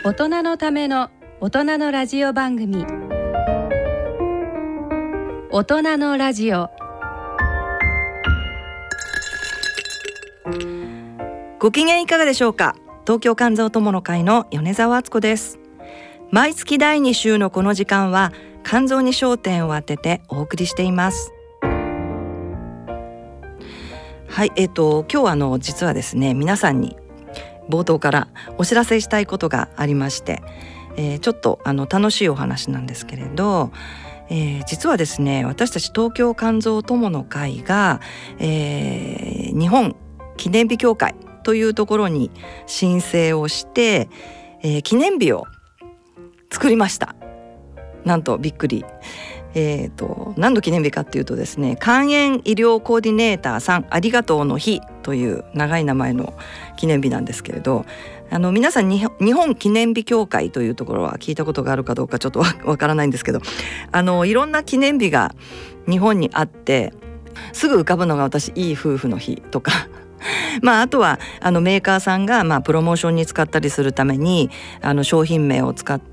大人のための大人のラジオ番組、大人のラジオ。 ご機嫌いかがでしょうか。東京肝臓友の会の米澤敦子です。毎月第2週のこの時間は肝臓に焦点を当ててお送りしています。はい、今日は実はですね、皆さんに冒頭からお知らせしたいことがありまして、ちょっと楽しいお話なんですけれど、実はですね、私たち東京肝臓友の会が、日本記念日協会というところに申請をして、記念日を作りました。なんとびっくり。何の記念日かっていうとですね、肝炎医療コーディネーターさんありがとうの日という長い名前の記念日なんですけれど、皆さん日本記念日協会というところは聞いたことがあるかどうかちょっとわからないんですけど、いろんな記念日が日本にあって、すぐ浮かぶのが私いい夫婦の日とかあとはメーカーさんがプロモーションに使ったりするために商品名を使って、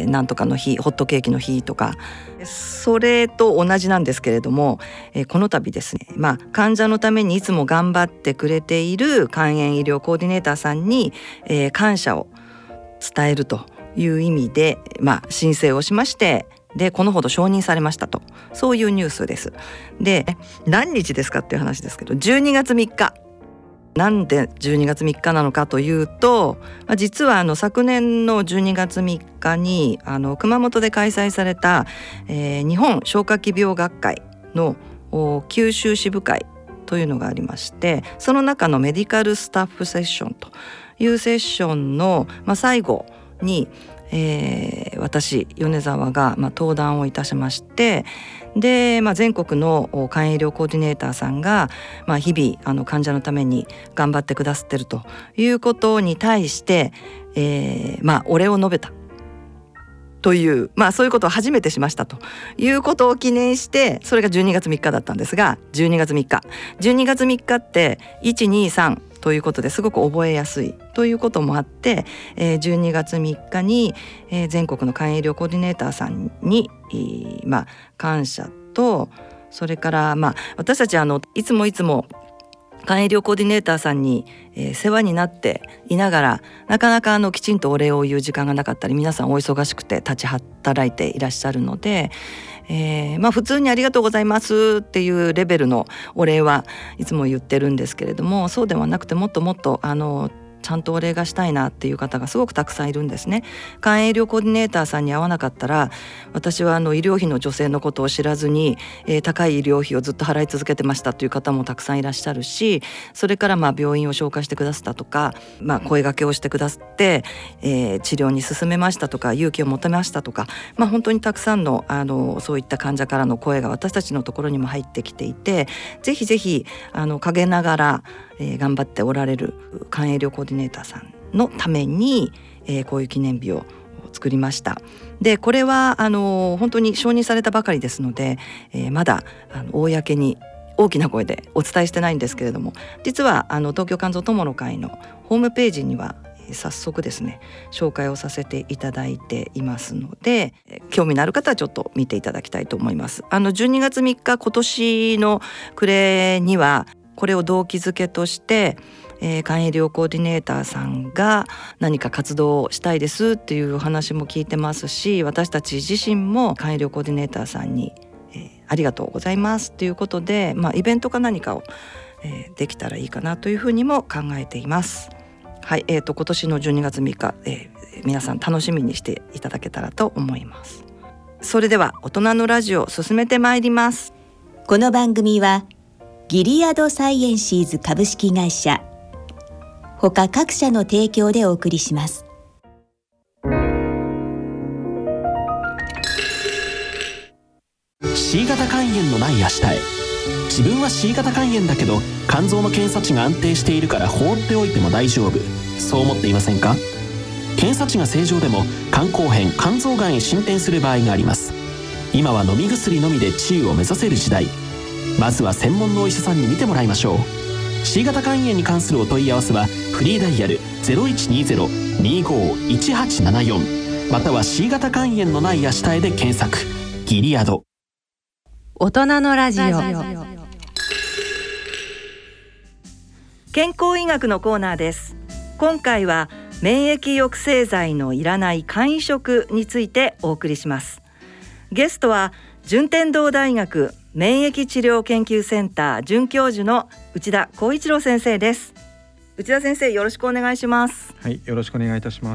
なんとかの日、ホットケーキの日とか、それと同じなんですけれども、この度ですね、患者のためにいつも頑張ってくれている肝炎医療コーディネーターさんに、感謝を伝えるという意味で、申請をしまして、でこのほど承認されましたと、そういうニュースです。で何日ですかっていう話ですけど、12月3日。なんで12月3日なのかというと、実は昨年の12月3日に熊本で開催された、日本消化器病学会の九州支部会というのがありまして、その中のメディカルスタッフセッションというセッションの、最後に、私米澤が登壇をいたしまして、で、全国の肝炎医療コーディネーターさんが、日々患者のために頑張ってくださってるということに対して、お礼を述べたという、そういうことを初めてしましたということを記念して、それが12月3日だったんですが、12月3日って123ということですごく覚えやすいということもあって、12月3日に、全国の肝炎医療コーディネーターさんに、感謝と、それから私たちいつも肝炎医療コーディネーターさんに、世話になっていながら、なかなかきちんとお礼を言う時間がなかったり、皆さんお忙しくて立ち働いていらっしゃるので、普通にありがとうございますっていうレベルのお礼はいつも言ってるんですけれども、そうではなくてもっともっとちゃんとお礼がしたいなっていう方がすごくたくさんいるんですね。肝炎医療コーディネーターさんに会わなかったら、私は医療費の助成のことを知らずに、高い医療費をずっと払い続けてましたという方もたくさんいらっしゃるし、それから病院を紹介してくださったとか、声掛けをしてくださって、治療に進めましたとか、勇気を持てましたとか、本当にたくさんのそういった患者からの声が私たちのところにも入ってきていて、ぜひぜひ陰ながら頑張っておられる肝炎医療コーディネーターさんのために、こういう記念日を作りました。でこれは本当に承認されたばかりですので、まだ公に大きな声でお伝えしてないんですけれども、実は東京肝臓友の会のホームページには早速ですね、紹介をさせていただいていますので、興味のある方はちょっと見ていただきたいと思います。12月3日、今年の暮れにはこれを動機づけとして、肝炎医療コーディネーターさんが何か活動をしたいですっていうお話も聞いてますし、私たち自身も肝炎医療コーディネーターさんに、ありがとうございますということで、イベントか何かを、できたらいいかなというふうにも考えています。はい、今年の12月3日、皆さん楽しみにしていただけたらと思います。それでは大人のラジオ進めてまいります。 この番組はギリアドサイエンシーズ株式会社他各社の提供でお送りします。 C 型肝炎のない明日へ。自分は C 型肝炎だけど肝臓の検査値が安定しているから放っておいても大丈夫、そう思っていませんか？検査値が正常でも肝硬変、肝臓がんへ進展する場合があります。今は飲み薬のみで治癒を目指せる時代。まずは専門のお医者さんに診てもらいましょう。 C 型肝炎に関するお問い合わせはフリーダイヤル 0120-25-1874 または C 型肝炎のない足体で検索。ギリアド。 大人のラジオ。 健康医学のコーナーです。今回は免疫抑制剤のいらない肝移植についてお送りします。ゲストは順天堂大学免疫治療研究センター准教授の内田浩一郎先生です。内田先生、よろしくお願いします。 はい、よろしくお願いいたします。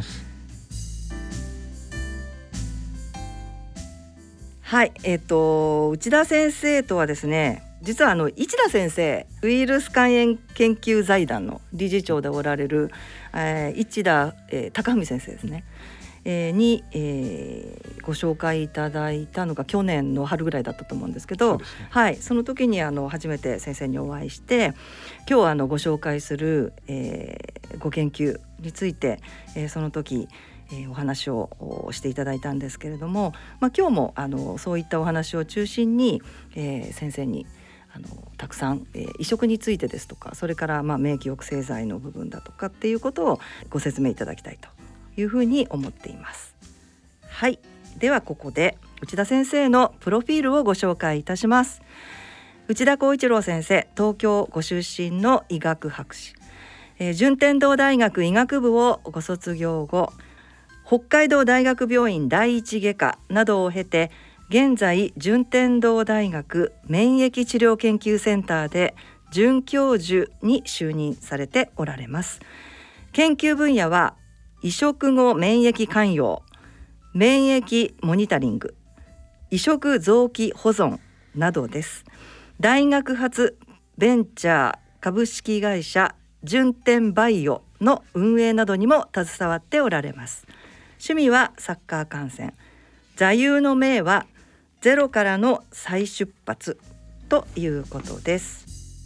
はい、内田先生とはですね、実は市田先生、ウイルス肝炎研究財団の理事長でおられる、市田、貴文先生ですね、に、ご紹介いただいたのが去年の春ぐらいだったと思うんですけど、 そうですね。 はい、その時に初めて先生にお会いして、今日ご紹介する、ご研究について、その時、お話をしていただいたんですけれども、今日もそういったお話を中心に、先生にたくさん、移植についてですとか、それから免疫抑制剤の部分だとかっていうことをご説明いただきたいというふうに思っています。はい、ではここで内田先生のプロフィールをご紹介いたします。内田浩一郎先生、東京ご出身の医学博士、順天堂大学医学部をご卒業後、北海道大学病院第一外科などを経て、現在順天堂大学免疫治療研究センターで准教授に就任されておられます。研究分野は移植後免疫寛容、免疫モニタリング、移植臓器保存などです。大学発ベンチャー株式会社順天バイオの運営などにも携わっておられます。趣味はサッカー観戦、座右の銘はゼロからの再出発ということです。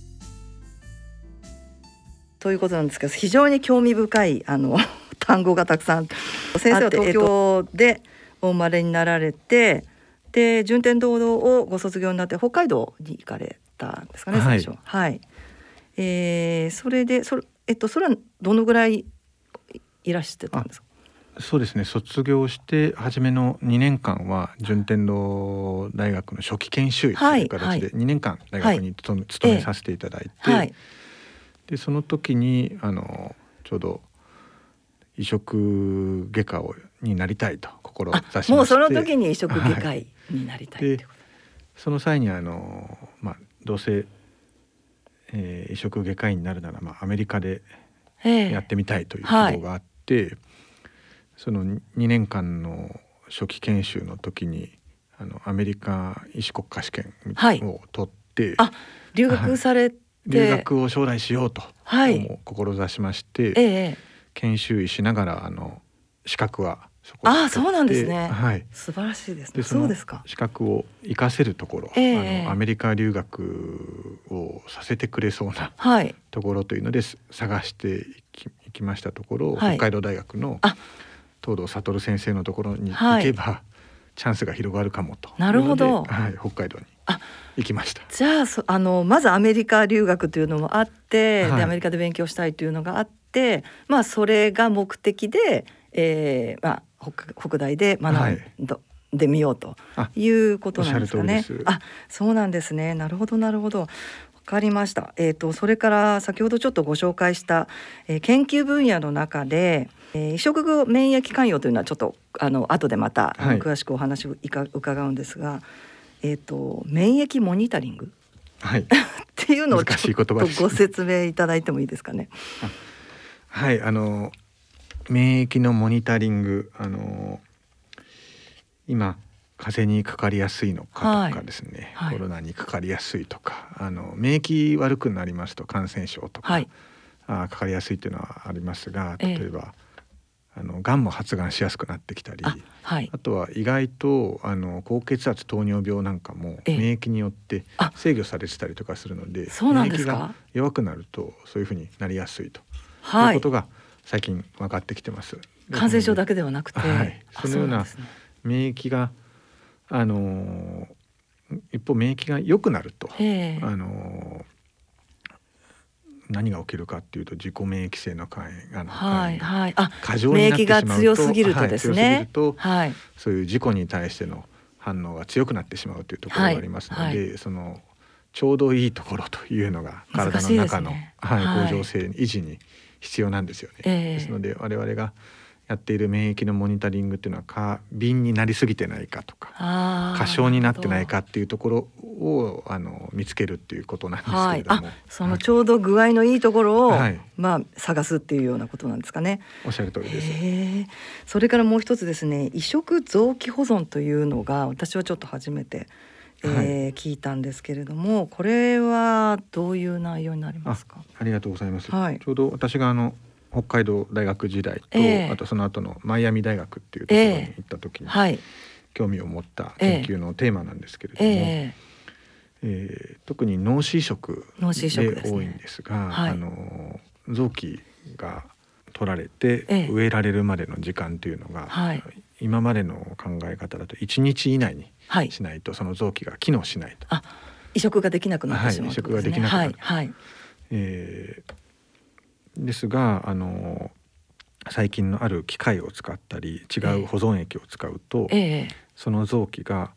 ということなんですけど、非常に興味深い単語がたくさん。先生は東京でお生まれになられて、で順天堂をご卒業になって北海道に行かれたんですかね、最初。はい。それでそれはどのぐらいいらしてたんですか？ そうですね、卒業して初めの2年間は順天堂大学の初期研修医という形で2年間大学に勤めさせていただいて、でその時にちょうど移植外科になりたいと志しまして、 もうその時に移植外科医になりたいということで、 その際にどうせ、移植外科医になるなら、アメリカでやってみたいという希望があって、その2年間の初期研修の時にアメリカ医師国家試験を取って、 留学されて、 留学を将来しようと志しまして、研修医しながら資格はそこで取って、 そうなんですね。 はい、 素晴らしいですね。 でその資格を生かせるところ、アメリカ留学をさせてくれそうな、ところというので探していきましたところ、北海道大学の東堂悟先生のところに行けば、チャンスが広がるかもと。 なるほど。 北海道に行きました。 じゃあまずアメリカ留学というのもあって、でアメリカで勉強したいというのがあって、それが目的で、北大で学んでみようということなんですかね。そうなんですね。なるほどなるほど。わかりました。それから先ほどちょっとご紹介した、研究分野の中で、移植後免疫寛容というのはちょっと後でまた詳しくお話を伺うんですが、免疫モニタリング、っていうのをちょっとご説明いただいてもいいですかね。 はい、免疫のモニタリング、今風邪にかかりやすいのかとかですね、コロナにかかりやすいとか、免疫悪くなりますと感染症とか、かかりやすいというのはありますが、例えばがんも発がんしやすくなってきたり、あとは意外と高血圧糖尿病なんかも免疫によって制御されてたりとかするので、免疫が弱くなるとそういうふうになりやすいということが最近分かってきてます。 感染症だけではなくて、 そのような免疫が一方免疫が良くなると、 何が起きるかっていうと、自己免疫性の過剰になってしまうと、免疫が強すぎるとですね、 そういう事故に対しての反応が強くなってしまうというところがありますので、そのちょうどいいところというのが体の中の、恒常性維持に必要なんですよね。ですので我々がやっている免疫のモニタリングっていうのは過敏になりすぎてないかとか過小になってないかっていうところを見つけるっていうことなんですけれども、 そのちょうど具合のいいところを、探すっていうようなことなんですかね。 おっしゃる通りです。 それからもう一つですね、移植臓器保存というのが私はちょっと初めて、聞いたんですけれども、これはどういう内容になりますか？ ありがとうございます。ちょうど私が北海道大学時代と、あとその後のマイアミ大学っていうところに行った時に、興味を持った研究のテーマなんですけれども、特に脳死移植で多いんですが、臓器が取られて植えられるまでの時間というのが、今までの考え方だと1日以内にしないとその臓器が機能しないと、 移植ができなくなってしまうということですね。 移植ができなくなる。ですが最近のある機械を使ったり違う保存液を使うと、その臓器が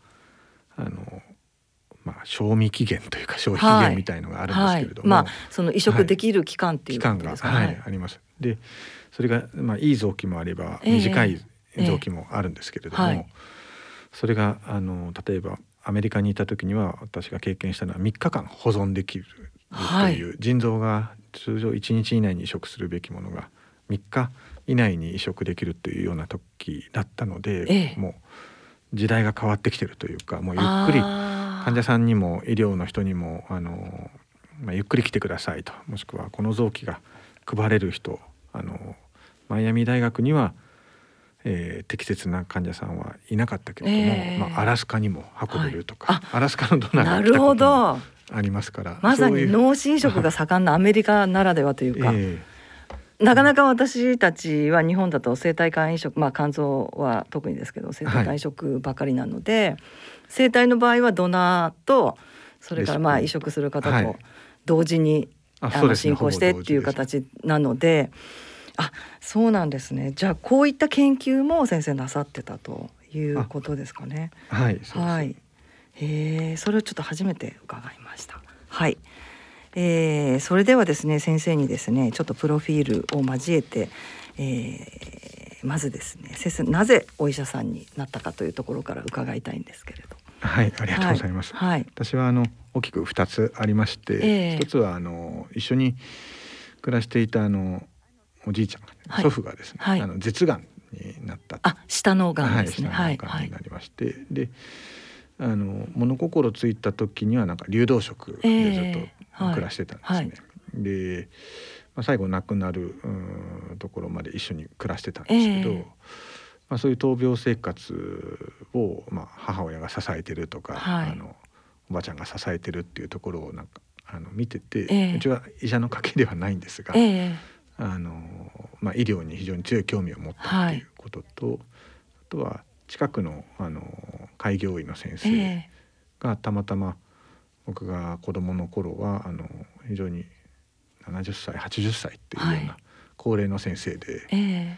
賞味期限というか消費期限みたいのがあるんですけれども、 その移植できる期間っていうことですかね。 期間が、あります。でそれが、いい臓器もあれば短い臓器もあるんですけれども、それが例えばアメリカにいた時には私が経験したのは3日間保存できるという、陣臓が通常1日以内に移植するべきものが3日以内に移植できるというような時だったので、もう時代が変わってきてるというか、もうゆっくり患者さんにも医療の人にもゆっくり来てくださいと、もしくはこの臓器が配れる人、マイアミ大学には、適切な患者さんはいなかったけれども、アラスカにも運べるとか、アラスカのドナーが来たこともありますから、 まさに脳死移植が盛んなアメリカならではというか、なかなか私たちは日本だと生体肝移植、肝臓は特にですけど生体肝移植ばかりなので、生体の場合はドナーとそれから移植する方と同時に進行してっていう形なので、そうなんですね。じゃあこういった研究も先生なさってたということですかね。そうです。それをちょっと初めて伺いました。それではですね、先生にですねちょっとプロフィールを交えて、まずですね、先生なぜお医者さんになったかというところから伺いたいんですけれど。 ありがとうございます。私は大きく2つありまして、1つは一緒に暮らしていたおじいちゃん、祖父がですね、舌がんになった。 下のがんですね。 下のがんになりまして、で物心ついた時にはなんか流動食でずっと暮らしてたんですね。で、最後亡くなるところまで一緒に暮らしてたんですけど、そういう闘病生活を、母親が支えてるとか、おばちゃんが支えてるっていうところをなんか見てて、うちは医者の家系ではないんですが、医療に非常に強い興味を持ったっていうことと、あとは近くの開業医の先生がたまたま僕が子供の頃は非常に70歳80歳っていうような高齢の先生で、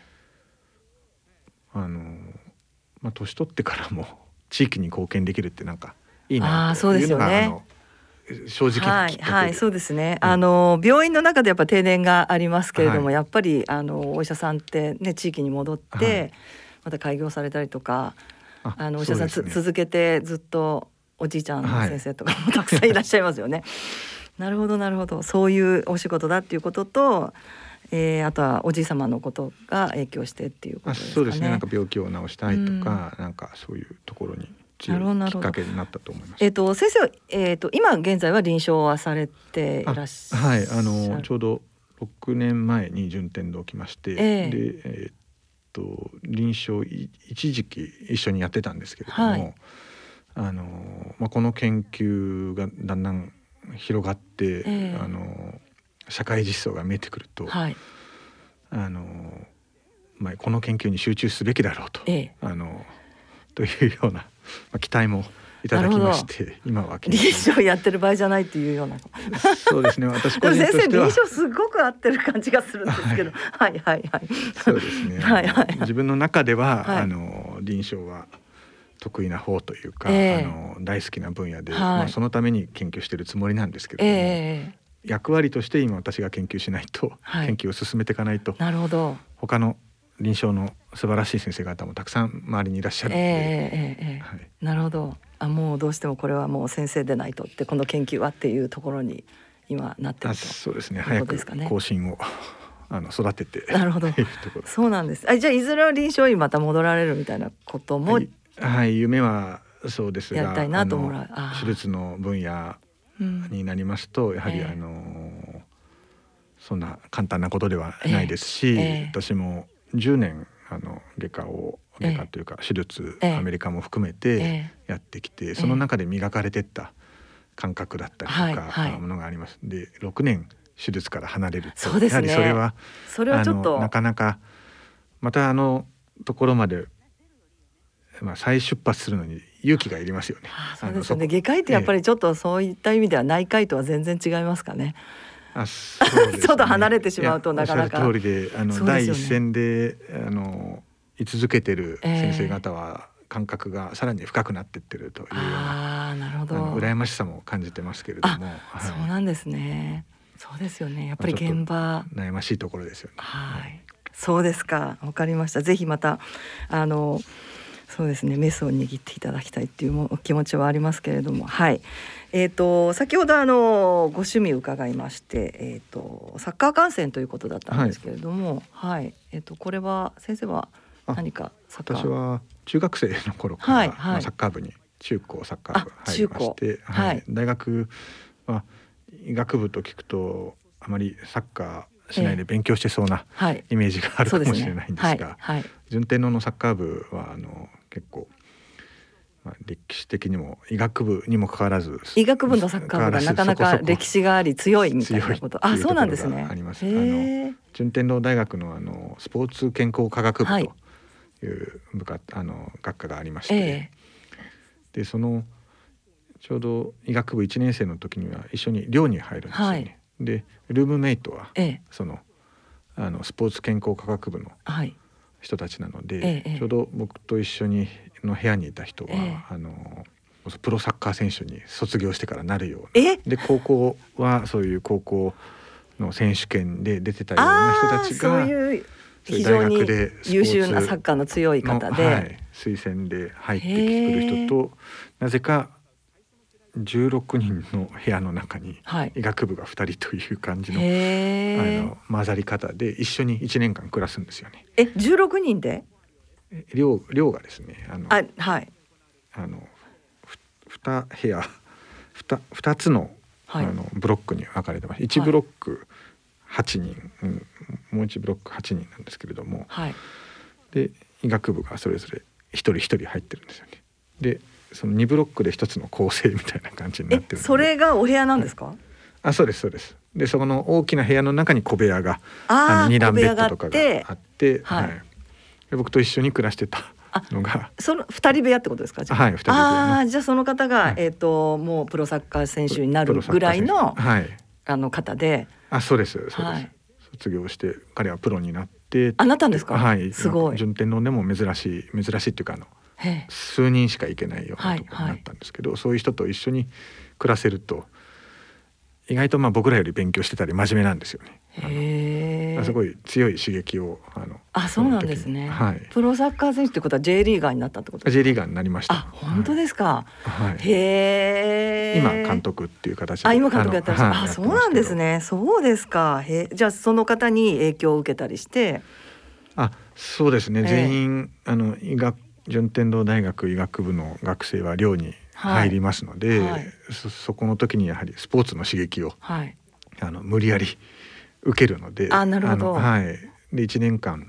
年取ってからも地域に貢献できるってなんかいいなというのが正直きっかけで。 そうですね。病院の中でやっぱ定年がありますけれども、やっぱりお医者さんってね、地域に戻って、また開業されたりとか、お医者さん続けてずっとおじいちゃんの先生とかもたくさんいらっしゃいますよね。なるほどなるほど。そういうお仕事だっていうことと、あとはおじい様のことが影響してっていうことですかね。 そうですね。なんか病気を治したいとか、なんかそういうところに強いきっかけになったと思います。 先生は、今現在は臨床はされていらっしゃる。 ちょうど6年前に順天堂来まして、で、臨床一時期一緒にやってたんですけれども、この研究がだんだん広がって、社会実装が見えてくると、この研究に集中すべきだろうと、というような期待もいただきまして今は臨床やってる場合じゃないっていうようなそうですね、私個人としては先生臨床すごく合ってる感じがするんですけど、はいはいはい、 そうですね、 はいはい、 自分の中では、 はい、 臨床は得意な方というか、大好きな分野で、そのために研究しているつもりなんですけれども、役割として今私が研究しないと、研究を進めていかないと、 なるほど、 他の臨床の素晴らしい先生方もたくさん周りにいらっしゃるので、 なるほど、もうどうしてもこれはもう先生でないとってこの研究はっていうところに今なってると。 そうですね、早く後進を育ててなるほどそうなんです。じゃあいずれは臨床医また戻られるみたいなことも、 夢はそうですが、 やりたいなと思う。 手術の分野になりますと、やはりそんな簡単なことではないですし、私も10年外科というか手術、アメリカも含めてやってきて、その中で磨かれていった感覚だったりとか、ものがあります。で6年手術から離れると、やはりそれはちょっとなかなかまたところまで、再出発するのに勇気がいりますよね。 そうですよね。外科医ってやっぱりちょっとそういった意味では内科医とは全然違いますかね。 そうですね、 ちょっと離れてしまうとなかなか。 おっしゃる通りで、第一線で居続けてる先生方は感覚がさらに深くなっていってるというような、 なるほど、 羨ましさも感じてますけれども。 そうなんですね。そうですよね。やっぱり現場、 悩ましいところですよね。 そうですか。わかりました。ぜひまたそうですね、メスを握っていただきたいっていうお気持ちはありますけれども、はい。先ほどご趣味伺いまして、サッカー観戦ということだったんですけれども、はい。これは先生は何かサッカー？ 私は中学生の頃から、サッカー部に中高サッカー部入りまして、大学は医学部と聞くとあまりサッカーしないで勉強してそうなイメージがあるかもしれないんですが、順天堂のサッカー部は結構、歴史的にも医学部にもかかわらず、 医学部のサッカー部がなかなか歴史があり強いみたいなこと、そうなんですね。 あります。順天堂大学のスポーツ健康科学部という学科がありまして、でそのちょうど医学部1年生の時には一緒に寮に入るんですよね。でルームメイトは、そのスポーツ健康科学部の人たちなので、ちょうど僕と一緒にの部屋にいた人は、プロサッカー選手に卒業してからなるような、で高校はそういう高校の選手権で出てたような人たちが、そういう非常に優秀なサッカーの強い方で、 推薦で入ってくる人と、なぜか16人の部屋の中に医学部が2人という感じの、混ざり方で一緒に1年間暮らすんですよね。 16人で寮がですね、2部屋 2つの、ブロックに分かれてます。1ブロック8人、もう1ブロック8人なんですけれども、で医学部がそれぞれ一人一人入ってるんですよね。でその2ブロックで1つの構成みたいな感じになってる。 それがお部屋なんですか？ そうですそうです。でそこの大きな部屋の中に小部屋が2段ベッドとかがあって、で僕と一緒に暮らしてたのがその2人部屋ってことですか？ 2人部屋。 じゃあその方が、もうプロサッカー選手になるぐらいの、方で。 そうですそうです。卒業して彼はプロになって。 なったんですか？すごい。 順天堂でも珍しいっていうか数人しか行けないようなところになったんですけど、そういう人と一緒に暮らせると意外と僕らより勉強してたり真面目なんですよね。すごい強い刺激をそうなんですね。プロサッカー選手ってことは J リーガーになったってことですか？ J リーガーになりました。 本当ですか？ 今監督っていう形で今監督やってらっしゃる。そうなんですね。そうですか。じゃあその方に影響を受けたりして。 そうですね。全員順天堂大学医学部の学生は寮に入りますので、そこの時にやはりスポーツの刺激を、無理やり受けるので、 なるほど。 で1年間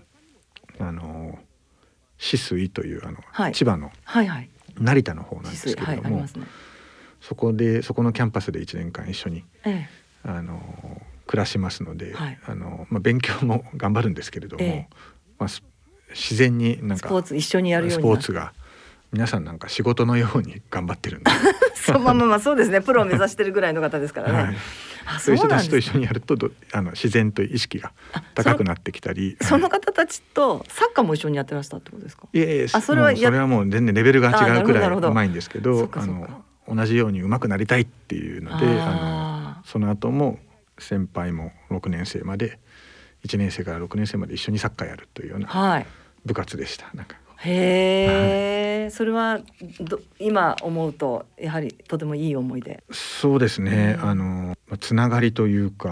紫水という千葉の成田の方なんですけれども、そこのキャンパスで1年間一緒に、暮らしますので、勉強も頑張るんですけれども、自然にスポーツ一緒にやるようにスポーツが皆さんなんか仕事のように頑張ってるんでそうですね、プロを目指してるぐらいの方ですからね、 はい、そういう人たちと一緒にやると自然と意識が高くなってきたり、 その方たちとサッカーも一緒にやってらしたってことですか？ いえそれはもう全然レベルが違うくらいうまいんですけど、同じように上手くなりたいっていうのでその後も先輩も6年生まで1年生から6年生まで一緒にサッカーやるというような部活でした。なんかへー、それは今思うとやはりとてもいい思い出。 そうですね、つながりというか、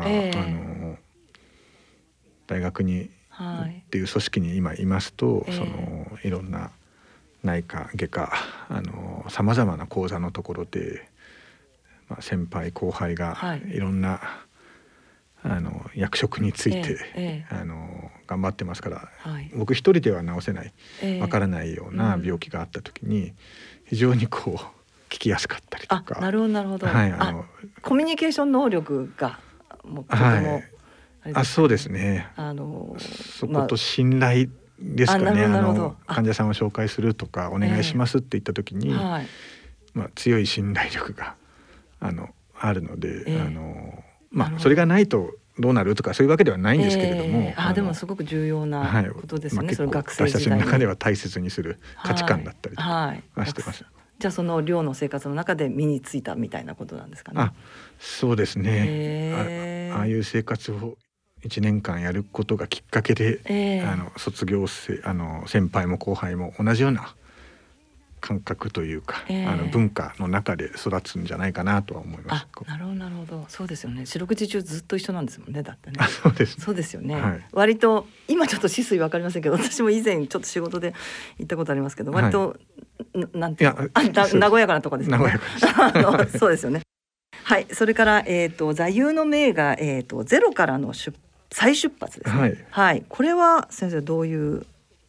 大学にっていう組織に今いますと、いろんな内科外科さまざまな講座のところで、先輩後輩がいろんな、役職について、頑張ってますから、僕一人では治せない、わからないような病気があった時に非常にこう聞きやすかったりとか。 なるほどなるほど、コミュニケーション能力がもうとても、 そうですね、そこと信頼ですかね。患者さんを紹介するとかお願いしますって言った時に、強い信頼力があるので、それがないとどうなるとかそういうわけではないんですけれども、 でもすごく重要なことですね、それ学生時代に私たちの中では大切にする価値観だったりとかしてます。 じゃあその寮の生活の中で身についたみたいなことなんですかね。 そうですね、ああいう生活を1年間やることがきっかけで、卒業生先輩も後輩も同じような感覚というか、文化の中で育つんじゃないかなとは思います。 なるほどなるほど、そうですよね。四六時中ずっと一緒なんですもんね、だってね。そうですよね、割と今ちょっと止水わかりませんけど、私も以前ちょっと仕事で行ったことありますけど、割と、なんていうの、和やかなところですね。 和やかですそうですよね。はい、それから座右の銘がゼロからの再出発ですね。これは先生どういう？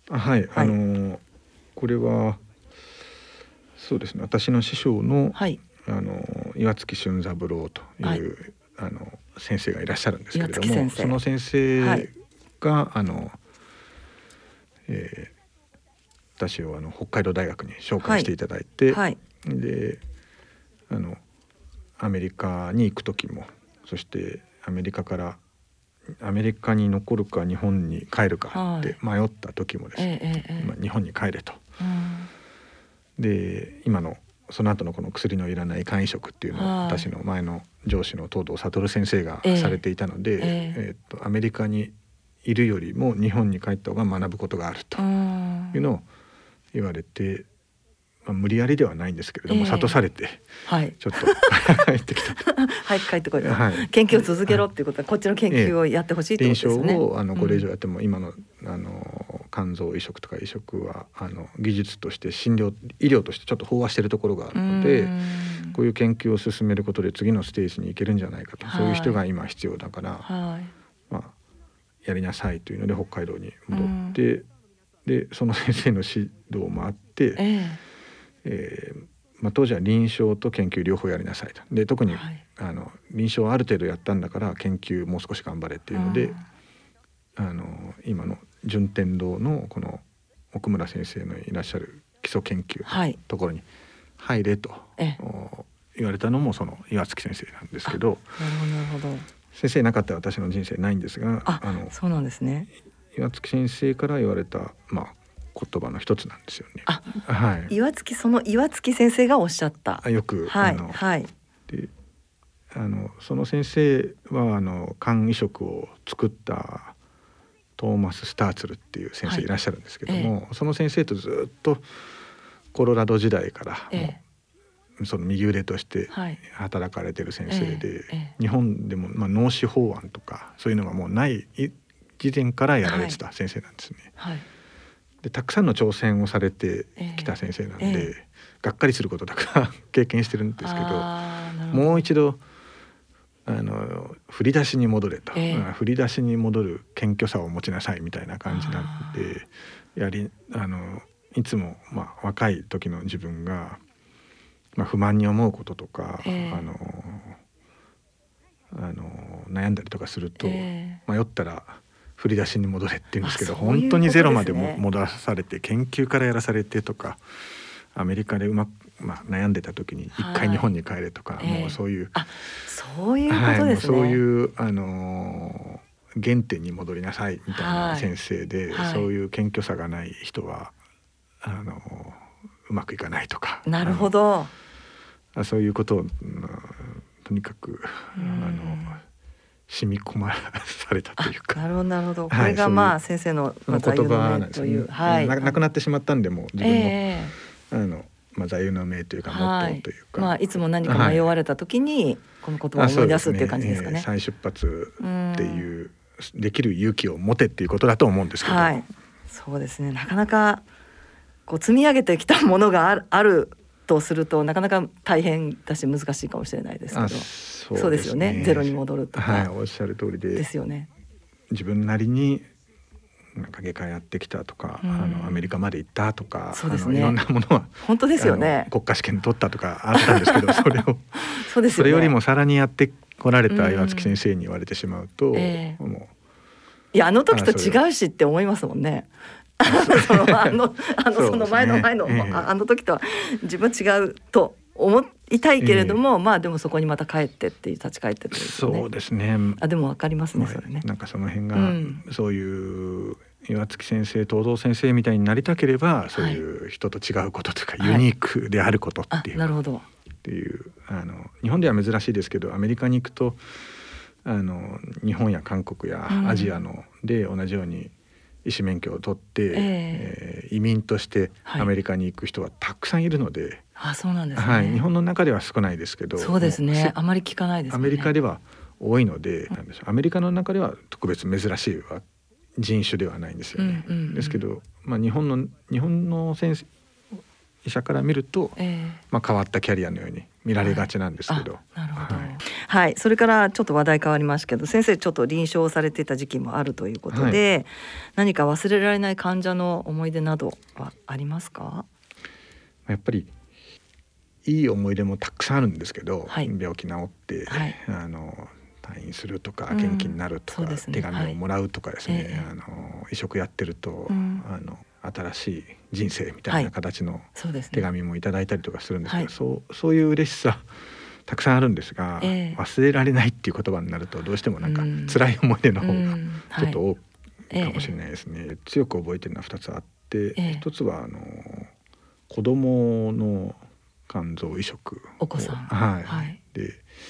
これはそうですね、私の師匠の、岩月俊三郎という、先生がいらっしゃるんですけれども、その先生が、私を北海道大学に紹介していただいて、でアメリカに行く時も、そしてアメリカに残るか日本に帰るかって迷った時もですね、日本に帰れと。で今のその後のこの薬のいらない肝移植っていうのを私の前の上司の東堂悟先生がされていたので、アメリカにいるよりも日本に帰った方が学ぶことがあるというのを言われて、無理やりではないんですけれども、悟されて、ちょっと帰ってきた早く帰ってこいと、研究を続けろっていうことは、こっちの研究をやってほしいってことですね。 臨床をこれ以上やっても、今の肝臓移植とか移植は技術として医療としてちょっと飽和しているところがあるので、こういう研究を進めることで次のステージに行けるんじゃないかと、そういう人が今必要だから、やりなさいというので北海道に戻って、でその先生の指導もあって、当時は臨床と研究両方やりなさいと。で特に、臨床ある程度やったんだから研究もう少し頑張れっていうので、今の順天堂のこの奥村先生のいらっしゃる基礎研究のところに入れと言われたのもその岩月先生なんですけど、 なるほど。 先生いなかったら私の人生ないんですが、 そうなんですね。 岩月先生から言われた言葉の一つなんですよね。 その岩月先生がおっしゃった。 よくでその先生は肝移植を作ったトーマス・スターツルっていう先生いらっしゃるんですけども、その先生とずっとコロラド時代からその右腕として働かれてる先生で、日本でも脳死法案とかそういうのがもうない以前からやられてた先生なんですね。でたくさんの挑戦をされてきた先生なんで、がっかりすることたくさん経験してるんですけど、もう一度振り出しに戻れと、振り出しに戻る謙虚さを持ちなさいみたいな感じなんで、いつも若い時の自分が、不満に思うこととか、悩んだりとかすると、迷ったら振り出しに戻れって言うんですけど、本当にゼロまで戻されて研究からやらされてとか、 アメリカで悩んでた時に一回日本に帰れとか、もうそういう、 そういうことですね。 そういう原点に戻りなさいみたいな先生で、そういう謙虚さがない人はうまくいかないとか。 なるほど。 そういうことを、とにかく染み込まされたというか。 なるほどなるほど。これが先生の言葉なんですね。亡くなってしまったんで、もう自分の座右の銘というかモットーというか、 いつも何か迷われた時にこの言葉を思い出すっていう感じですかね。 再出発っていうできる勇気を持てっていうことだと思うんですけど。 そうですね。なかなかこう積み上げてきたものがあるとするとなかなか大変だし難しいかもしれないですけど。そうですよね。ゼロに戻るとか。 おっしゃる通りですよね。 自分なりに外科やってきたとか、アメリカまで行ったとか、いろんなものは本当ですよね。 国家試験取ったとかあったんですけど、それよりもさらにやってこられた岩月先生に言われてしまうと、もういやあの時と違うしって思いますもんね。その前のあの時とは自分違うと思いたいけれども、でもそこにまた帰ってっていう立ち返ってってですね。 そうですね。 でも分かりますね、それね。 なんかその辺が、そういう岩月先生東堂先生みたいになりたければ、そういう人と違うことというか、ユニークであることっていう、 なるほどっていう日本では珍しいですけど、アメリカに行くと日本や韓国やアジアので同じように医師免許を取って、移民としてアメリカに行く人はたくさんいるので、 そうなんですね。 日本の中では少ないですけど、 そうですね。あまり聞かないですね。 アメリカでは多いので、アメリカの中では特別珍しい人種ではないんですよね。ですけど、日本の先生医者から見ると、変わったキャリアのように見られがちなんですけど。 なるほど。それからちょっと話題変わりますけど、先生ちょっと臨床されていた時期もあるということで、何か忘れられない患者の思い出などはありますか？ やっぱりいい思い出もたくさんあるんですけど、病気治って、退院するとか元気になるとか、手紙をもらうとかですね、移植やってると、新しい人生みたいな形の手紙もいただいたりとかするんですけど、そういう嬉しさたくさんあるんですが、忘れられないっていう言葉になるとどうしてもなんか辛い思い出の方がちょっと多いかもしれないですね。強く覚えてるのは2つあって、1つは子供の肝臓移植を、 お子さん、 で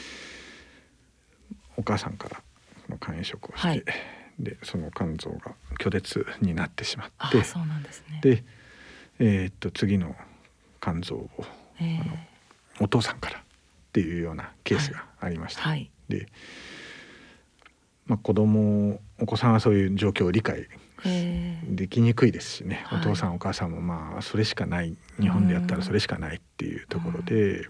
お母さんから肝移植をして、でその肝臓が拒絶になってしまって、 そうなんですね。 で、次の肝臓を、お父さんからっていうようなケースがありました。で、お子さんはそういう状況を理解できにくいですしね、お父さんお母さんもそれしかない、日本でやったらそれしかないっていうところで、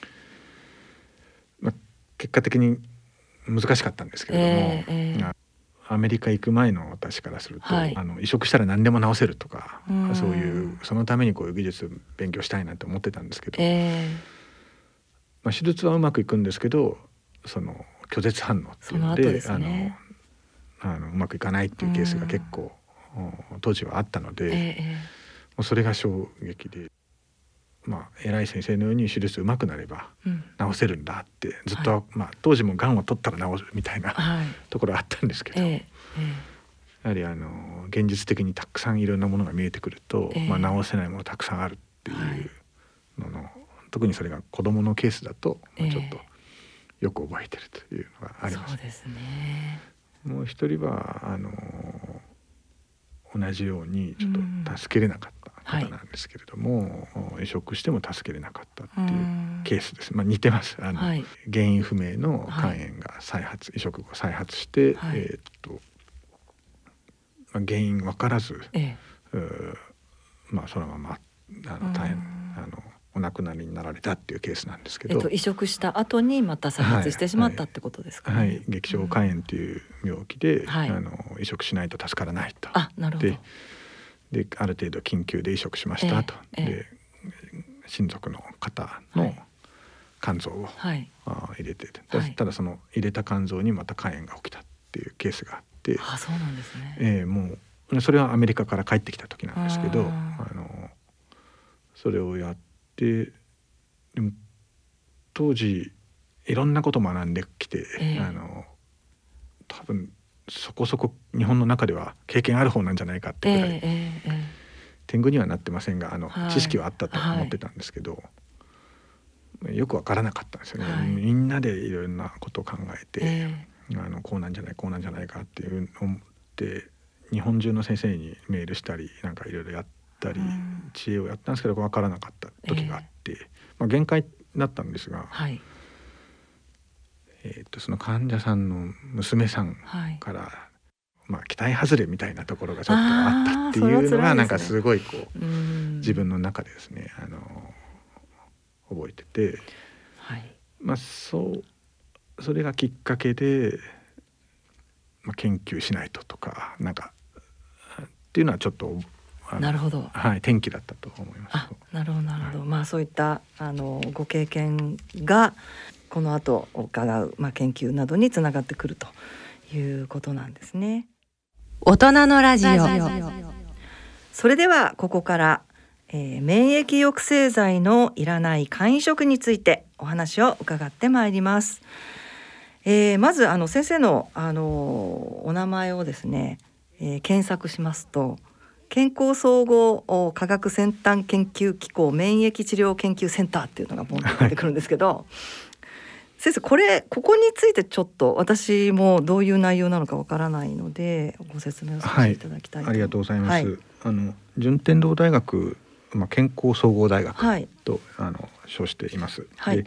結果的に難しかったんですけれども、アメリカ行く前の私からすると、移植したら何でも治せるとか、そういうそのためにこういう技術勉強したいなと思ってたんですけど、手術はうまくいくんですけど、その拒絶反応っていうので、うまくいかないっていうケースが結構当時はあったので、もうそれが衝撃で、偉い先生のように手術うまくなれば治せるんだってずっと、当時もがんを取ったら治るみたいな、ところあったんですけど、やはり現実的にたくさんいろんなものが見えてくると、治せないものたくさんあるっていうのの、特にそれが子どものケースだと、ちょっとよく覚えてるというのがあります。 そうですね。 もう一人は同じようにちょっと助けれなかった方なんですけれども、移植しても助けれなかったっていうケースです。似てます。原因不明の肝炎が再発、移植後再発して、原因分からず、そのまま大変お亡くなりになられたっていうケースなんですけど、 移植した後にまた再発してしまったってことですかね。 劇症肝炎っていう病気で、移植しないと助からないと。 なるほど。 である程度緊急で移植しましたと、で親族の方の肝臓を入れて、ただその入れた肝臓にまた肝炎が起きたっていうケースがあって、 そうなんですね。 もうそれはアメリカから帰ってきた時なんですけど、 それをやって、でも当時いろんなことを学んできて、多分そこそこ日本の中では経験ある方なんじゃないかってくらい、天狗にはなってませんが知識はあったと思ってたんですけど、よく分からなかったんですよね、みんなでいろんなことを考えて、こうなんじゃないこうなんじゃないかっていう思って日本中の先生にメールしたりなんかいろいろやったり、知恵をやったんですけど分からなかった時があって、限界だったんですが、その患者さんの娘さんから、期待外れみたいなところがちょっとあったっていうのがなんかすごいこう自分の中でですね覚えてて、それがきっかけで、研究しないとかなんかっていうのはちょっとなるほど、 転機だったと思います。 なるほどなるほど、そういったご経験がこの後伺う、研究などにつながってくるということなんですね。 大人のラジオ。 それではここから、免疫抑制剤のいらない肝移植についてお話を伺ってまいります。まず先生の、お名前をですね、検索しますと健康総合科学先端研究機構免疫治療研究センターっていうのがボンと出てくるんですけど、先生ここについてちょっと私もどういう内容なのかわからないのでご説明をさせていただきたいと、 ありがとうございます。順天堂大学、健康総合大学と、称しています。で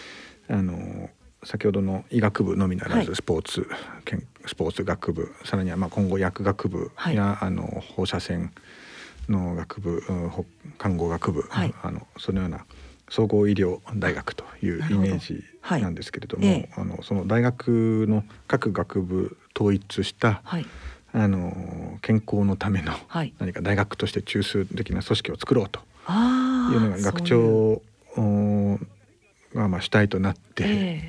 先ほどの医学部のみならずスポーツ学部、さらには今後薬学部や、放射線の学部、看護学部、そのような総合医療大学というイメージなんですけれども、その大学の各学部統一した、健康のための何か大学として中枢的な組織を作ろうというのが学長が主体となって、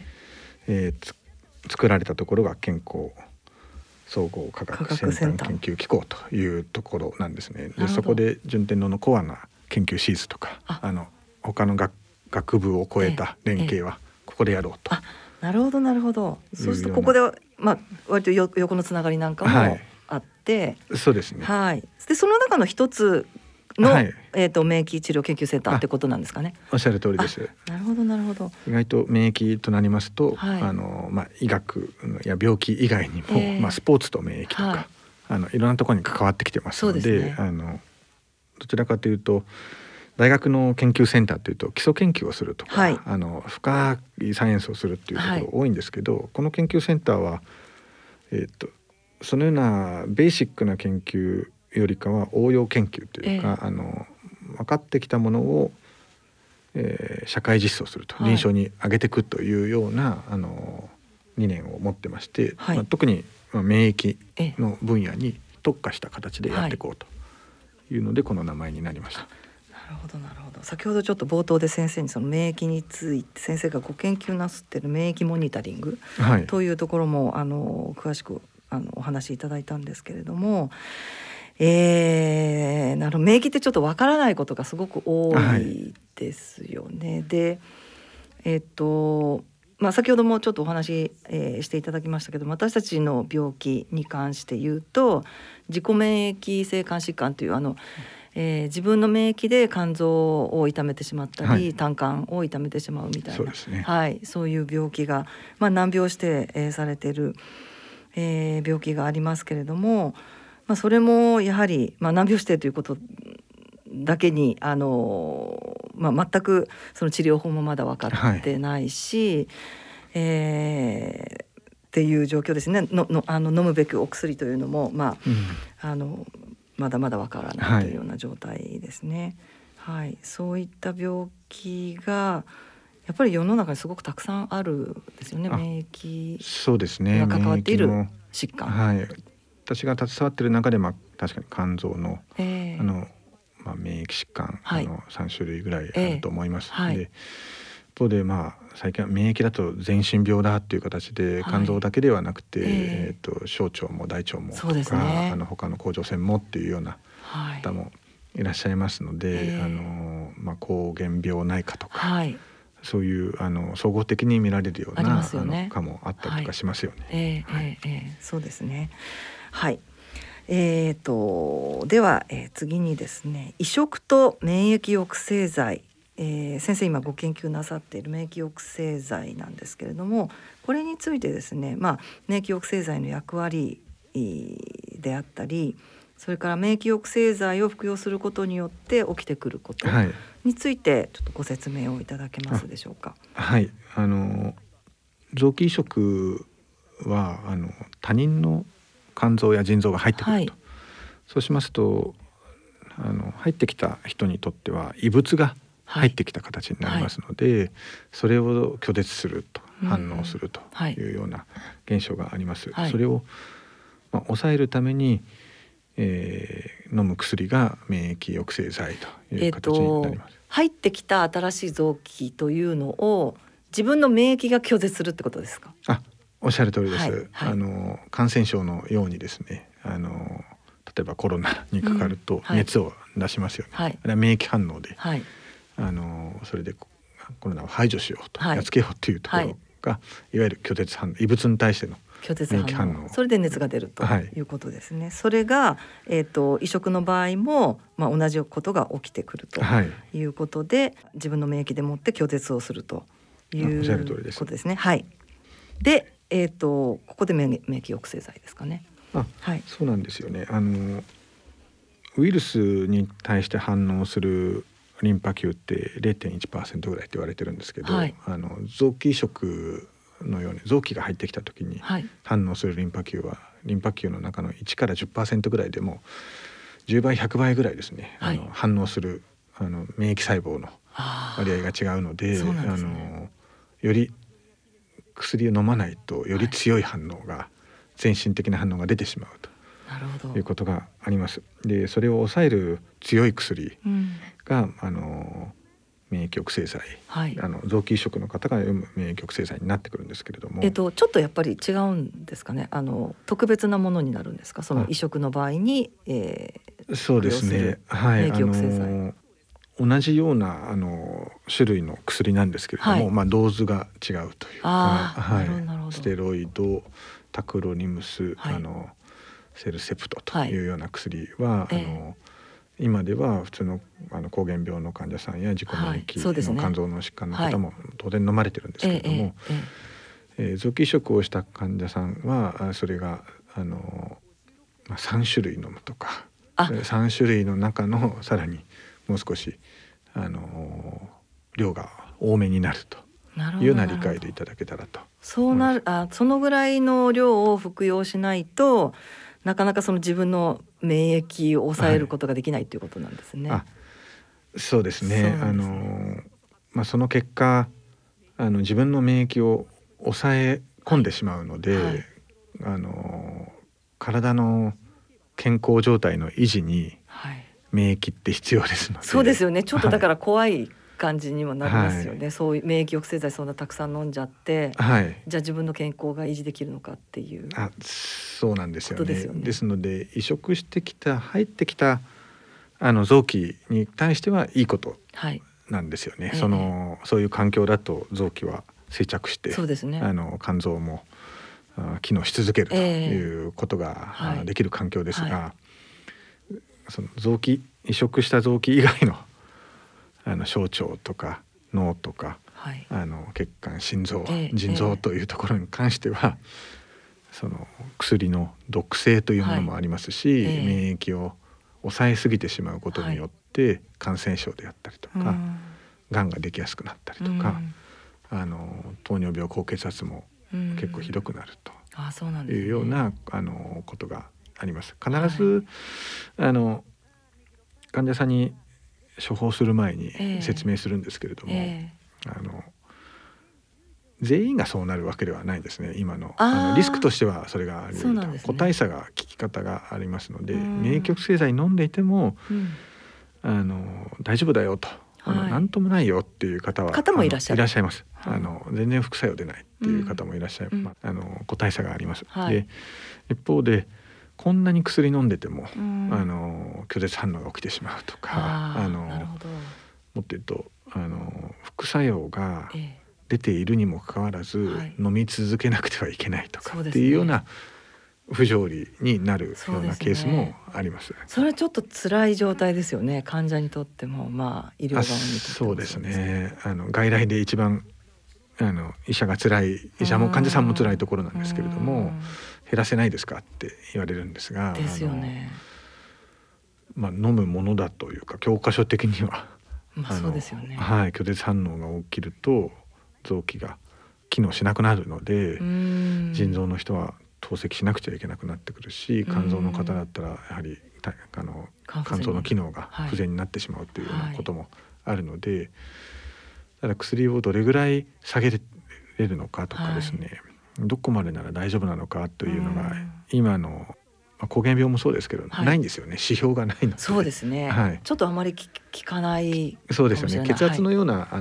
作られたところが健康総合科学先端研究機構というところなんですね。でそこで順天堂のコアな研究シーズとか他の学部を超えた連携はここでやろうと。 なるほどなるほど。そうするとここでは割と横のつながりなんかもあって、 そうですね。 でその中の一つの、免疫治療研究センターってことなんですかね。 おっしゃる通りです。 なるほどなるほど。 意外と免疫となりますと、医学や病気以外にも、スポーツと免疫とか、いろんなところに関わってきてますので、どちらかというと大学の研究センターというと基礎研究をするとか、深いサイエンスをするっていうところ多いんですけど、この研究センターは、そのようなベーシックな研究よりかは応用研究というか、分かってきたものを、社会実装すると、臨床に上げていくというような理念を持ってまして、特に免疫の分野に特化した形でやっていこうというので、この名前になりました。 なるほどなるほど。先ほどちょっと冒頭で先生にその免疫について先生がご研究なすっている免疫モニタリングというところも詳しくお話しいただいたんですけれども、免疫ってちょっとわからないことがすごく多いですよね。で先ほどもちょっとお話、していただきましたけど、私たちの病気に関して言うと自己免疫性肝疾患という自分の免疫で肝臓を痛めてしまったり、胆管を痛めてしまうみたいな、そういう病気が、難病指定、されている、病気がありますけれども、それもやはり、難病指定ということだけに全くその治療法もまだ分かってないし、っていう状況ですね。飲むべきお薬というのも、まだまだ分からないというような状態ですね。そういった病気がやっぱり世の中にすごくたくさんあるですよね。免疫が関わっている疾患。 私が携わっている中で、確かに肝臓の、免疫疾患3種類ぐらいあると思います。で一方で、最近は免疫だと全身病だっていう形で、肝臓だけではなくて、小腸も大腸もとか、他の甲状腺もっていうような方もいらっしゃいますので、膠原病内科とか、そういう総合的に見られるような科もあったりとかしますよね。 そうですね。はい。では、次にですね、移植と免疫抑制剤、先生今ご研究なさっている免疫抑制剤なんですけれども、これについてですね、免疫抑制剤の役割であったり、それから免疫抑制剤を服用することによって起きてくることについてちょっとご説明をいただけますでしょうか。 はい、臓器移植は他人の肝臓や腎臓が入ってくると、そうしますと入ってきた人にとっては異物が入ってきた形になりますので、それを拒絶すると、反応するというような現象があります。それを抑えるために飲む薬が免疫抑制剤という形になります。 入ってきた新しい臓器というのを自分の免疫が拒絶するってことですか？ おっしゃる通りです。感染症のようにですね、例えばコロナにかかると熱を出しますよね。あれは免疫反応で、それでコロナを排除しようと、やっつけようというところが、いわゆる拒絶反応、異物に対しての拒絶反応、それで熱が出るということですね。それが、移植の場合も、同じことが起きてくるということで、自分の免疫でもって拒絶をするということですね。で、ここで免疫抑制剤ですかね。 そうなんですよね。ウイルスに対して反応するリンパ球って 0.1% ぐらいって言われてるんですけど、臓器移植のように臓器が入ってきた時に反応するリンパ球は、リンパ球の中の1から 10% ぐらいでも10倍100倍ぐらいですね、反応する免疫細胞の割合が違うので、より薬を飲まないとより強い反応が、全身的な反応が出てしまうということがあります。でそれを抑える強い薬が、免疫抑制剤、臓器移植の方が読む免疫抑制剤になってくるんですけれども、 ちょっとやっぱり違うんですかね。特別なものになるんですか、その移植の場合に、 そうですね、 免疫抑制剤、 同じような種類の薬なんですけれども、ドーズが違うというか、ステロイド、タクロニムス、セルセプトというような薬は、今では普通の膠原病の患者さんや自己免疫の肝臓の疾患の方も当然飲まれてるんですけれども、臓器移植をした患者さんはそれが3種類飲むとか、3種類の中のさらにもう少し量が多めになるというような理解でいただけたらと。 そうなる、そのぐらいの量を服用しないとなかなかその自分の免疫を抑えることができないということなんですね。 そうですね。その結果自分の免疫を抑え込んでしまうので、体の健康状態の維持に免疫って必要ですので、 そうですよね。ちょっとだから怖い感じにもなりますよね。そういう免疫抑制剤そんなたくさん飲んじゃって、じゃあ自分の健康が維持できるのかっていう。 そうなんですよね。ですので移植してきた入ってきた臓器に対してはいいことなんですよね。そういう環境だと臓器は定着して、肝臓も機能し続けるということができる環境ですが、その移植した臓器以外の小腸とか脳とか、血管、心臓、腎臓というところに関しては、その薬の毒性というものもありますし、免疫を抑えすぎてしまうことによって感染症であったりとか、がんができやすくなったりとか、糖尿病、高血圧も結構ひどくなるというようなことがあります。必ず患者さんに処方する前に説明するんですけれども、全員がそうなるわけではないですね。今のリスクとしてはそれがあると、個体差が効き方がありますので、免疫抑制剤飲んでいても、大丈夫だよと、なんともないよっていう方もいらっしゃいます。全然副作用出ないっていう方もいらっしゃいます。個体差があります。で一方でこんなに薬飲んでても、拒絶反応が起きてしまうとか、 なるほど。 もっと言うと副作用が出ているにもかかわらず、飲み続けなくてはいけないとかっていうような不条理になるようなケースもあります。 それはちょっと辛い状態ですよね、患者にとっても、医療側にとっても。 そうですね。外来で一番医者が辛い、医者も患者さんも辛いところなんですけれども、減らせないですかって言われるんですが、 ですよね。 飲むものだというか教科書的にはそうですよね。 拒絶反応が起きると臓器が機能しなくなるので、腎臓の人は透析しなくちゃいけなくなってくるし、肝臓の方だったらやはり肝臓の機能が不全になってしまうというようなこともあるので、ただ薬をどれぐらい下げれるのかとかですね、どこまでなら大丈夫なのかというのが今の膠原病もそうですけど、ないんですよね。指標がないので。 そうですね、ちょっとあまり効かないかもしれない。 そうですよね。血圧のような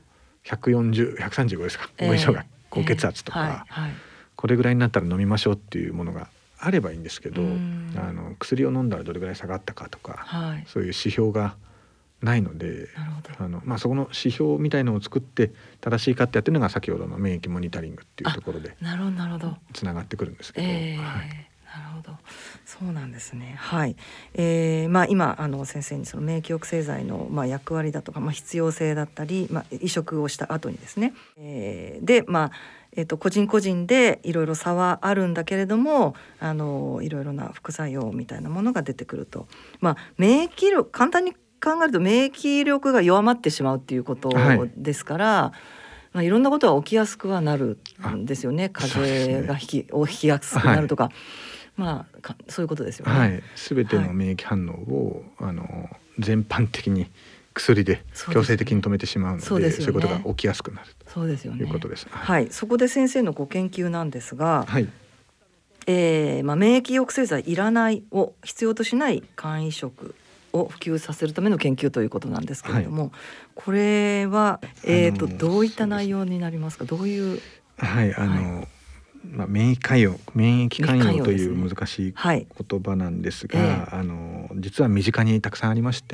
140、135ですか、以上が高血圧とか、これぐらいになったら飲みましょうっていうものがあればいいんですけど、薬を飲んだらどれぐらい下がったかとか、そういう指標がないので、そこの指標みたいのを作って正しいかってやってるのが先ほどの免疫モニタリングっていうところでつながってくるんですけど、 なるほど、そうなんですね。今先生にその免疫抑制剤の役割だとか、必要性だったり、移植をした後にですね、で個人個人でいろいろ差はあるんだけれども、いろいろな副作用みたいなものが出てくると、免疫力、簡単に考えると免疫力が弱まってしまうっていうことですから、いろんなことが起きやすくはなるんですよね。風邪が引きやすくなるとか、そういうことですよね。 全ての免疫反応を全般的に薬で強制的に止めてしまうので、そういうことが起きやすくなるということです。 そこで先生のご研究なんですが、免疫抑制剤いらないを必要としない肝移植を普及させるための研究ということなんですけれども、これは、どういった内容になりますか。どういう免疫寛容という難しい言葉なんですが、実は身近にたくさんありまして、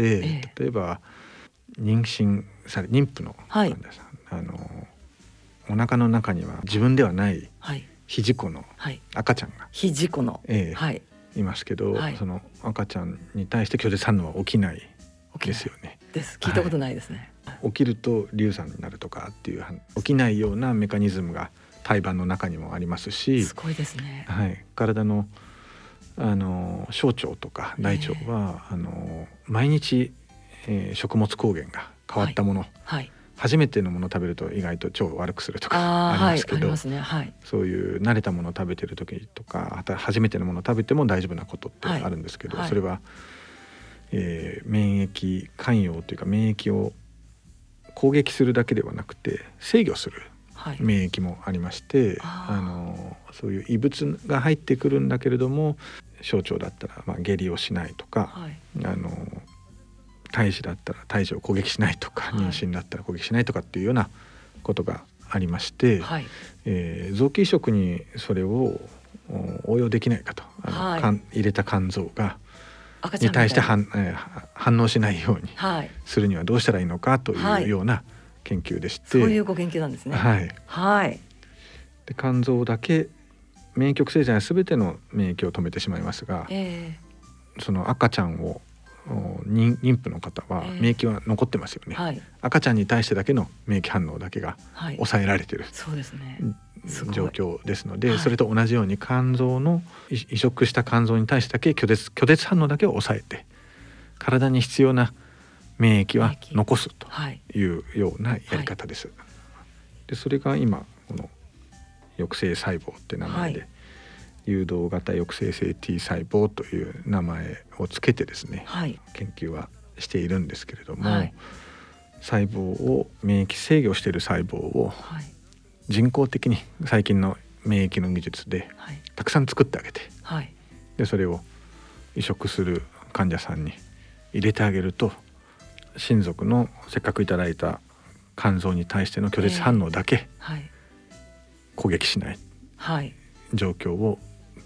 例えば妊婦の患者さん、お腹の中には自分ではない非自己の赤ちゃんがいますけど、その赤ちゃんに対して拒絶反応は起きないですよね。 聞いたことないですね。 起きると流産になるとかっていう起きないようなメカニズムが胎盤の中にもありますし、 すごいですね。 体の小腸とか大腸は毎日、食物抗原が変わったもの、初めてのものを食べると意外と腸を悪くするとかありますけど、そういう慣れたものを食べてる時とか、初めてのものを食べても大丈夫なことってあるんですけど、それは、免疫寛容というか、免疫を攻撃するだけではなくて制御する免疫もありまして、そういう異物が入ってくるんだけれども、小腸だったら下痢をしないとか、胎児だったら胎児を攻撃しないとか、妊娠だったら攻撃しないとかっていうようなことがありまして、臓器移植にそれを応用できないかと、入れた肝臓に対して反応しないようにするにはどうしたらいいのかというような研究でして、 そういうご研究なんですね。 で肝臓だけ免疫抑制剤は全ての免疫を止めてしまいますが、その赤ちゃんを妊婦の方は免疫は残ってますよね。赤ちゃんに対してだけの免疫反応だけが抑えられている、状況ですので、それと同じように肝臓の移植した肝臓に対してだけ拒絶反応だけを抑えて、体に必要な免疫は残すというようなやり方です。でそれが今この抑制細胞って名前で、誘導型抑制性 T 細胞という名前をつけてですね、研究はしているんですけれども、細胞を免疫制御している細胞を人工的に最近の免疫の技術でたくさん作ってあげて、でそれを移植する患者さんに入れてあげると、親族のせっかくいただいた肝臓に対しての拒絶反応だけ攻撃しない状況を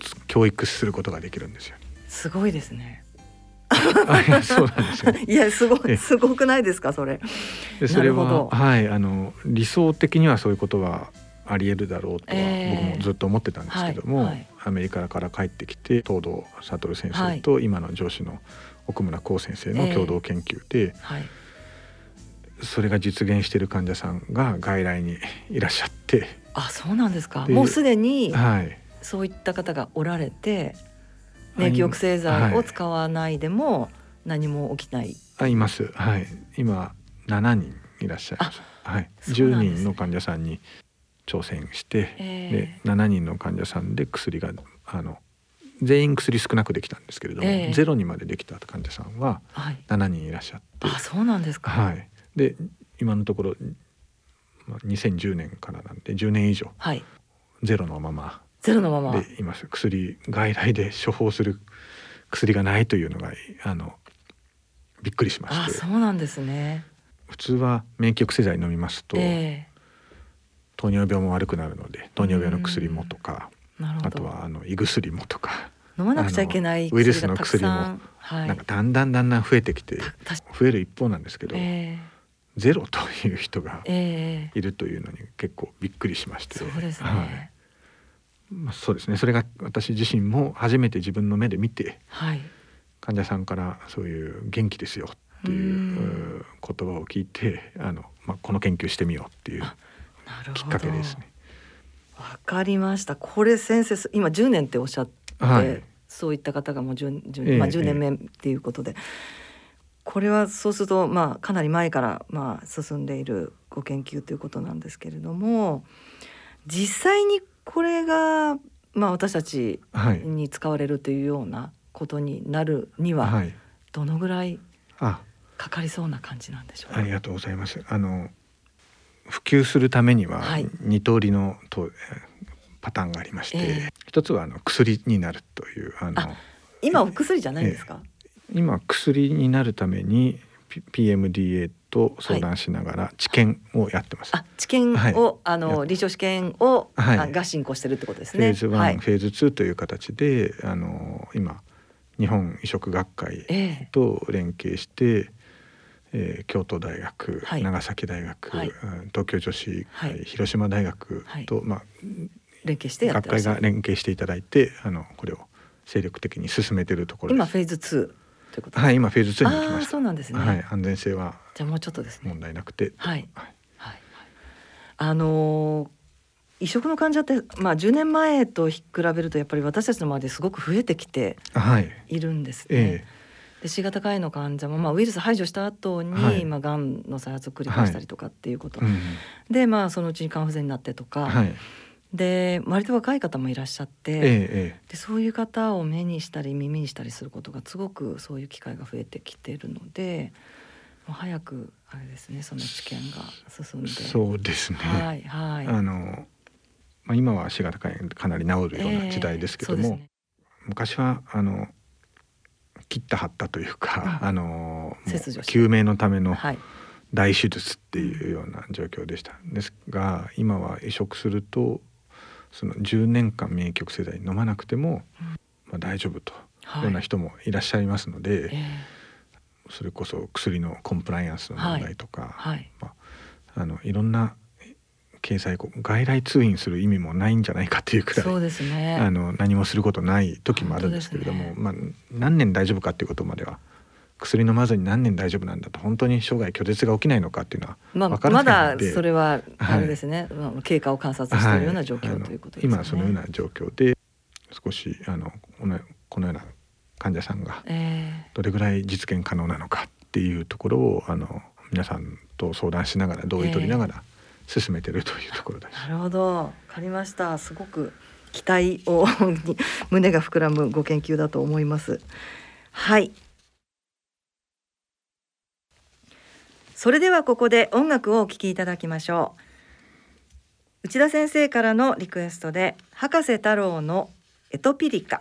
教育することができるんですよ。 すごいですね。 いやそうなんですよ、ね、 いやすごくないですかそれ。 でそれは、はい、理想的にはそういうことはありえるだろうとは僕もずっと思ってたんですけども、アメリカから帰ってきて東堂悟先生と今の上司の奥村光先生の共同研究で、それが実現している患者さんが外来にいらっしゃって。 あ、そうなんですか。もうすでにそういった方がおられて、免疫抑制剤を使わないでも何も起きない。 います、はい、今7人いらっしゃいます。はい、10人の患者さんに挑戦して、で7人の患者さんで薬が全員薬少なくできたんですけれども、ゼロにまでできた患者さんは7人いらっしゃって、 あ、そうなんですか。 はい、で今のところ2010年からなんで10年以上、ゼロのままでいます。薬、外来で処方する薬がないというのがびっくりしまして。 そうなんですね。 普通は免疫抑制剤飲みますと、糖尿病も悪くなるので糖尿病の薬もとか、あとは胃薬もとか飲まなくちゃいけないウイルスの薬もなんかだんだん増えてきて、増える一方なんですけど、ゼロという人がいるというのに結構びっくりしまして。 そうですね、 そうですね。それが私自身も初めて自分の目で見て、患者さんからそういう元気ですよっていう言葉を聞いて、この研究してみようっていうきっかけですね。 わかりました。これ先生今10年っておっしゃって、そういった方がもう10年目っていうことで、これはそうするとかなり前から進んでいるご研究ということなんですけれども、実際にこれが私たちに使われるというようなことになるにはどのぐらいかかりそうな感じなんでしょうか。 ありがとうございます。普及するためには2通りのパターンがありまして、一つは薬になるという。 今お薬じゃないんですか。 今薬になるために PMDA と相談しながら治験をやってます。 治験を、臨床試験を、が進行してるってことですね。 フェーズ1、フェーズ2という形で今日本移植学会と連携して、京都大学、長崎大学、東京女子会、広島大学と、 連携してやってらっしゃる学会が連携していただいて、これを精力的に進めているところです。 今フェーズ2ということですか。 はい、今フェーズ2に行きました。 そうなんですね。 安全性はじゃあもうちょっとですね。 問題なくて。 移植の患者って、10年前と比べるとやっぱり私たちの周りですごく増えてきているんですね。で C 型肝炎の患者も、ウイルス排除した後に、がんの再発を繰り返したりとかっていうこと、でそのうちに肝不全になってとか、で割と若い方もいらっしゃって、でそういう方を目にしたり耳にしたりすることがすごくそういう機会が増えてきているので、もう早くあれですね、その治験が進んで。 そうですね。今は C 型肝炎かなり治るような時代ですけども、昔は切った張ったというか、救命のための大手術っていうような状況でした。ですが今は移植するとその10年間免疫抑制剤飲まなくても、大丈夫というような人もいらっしゃいますので、それこそ薬のコンプライアンスの問題とか、いろんな経済外来通院する意味もないんじゃないかというくらい、 そうですね、 何もすることない時もあるんですけれども、何年大丈夫かっていうことまでは、薬飲まずに何年大丈夫なんだと、本当に生涯拒絶が起きないのかっていうのは分からないので、 まだそれはあれですね、経過を観察しているような状況ということですね。 今そのような状況で少しこのような患者さんがどれぐらい実現可能なのかっていうところを皆さんと相談しながら同意取りながら進めているというところです。 なるほど、わかりました。すごく期待をに胸が膨らむご研究だと思います。はい。それではここで音楽をお聴きいただきましょう。内田先生からのリクエストで葉加瀬太郎のエトピリカ。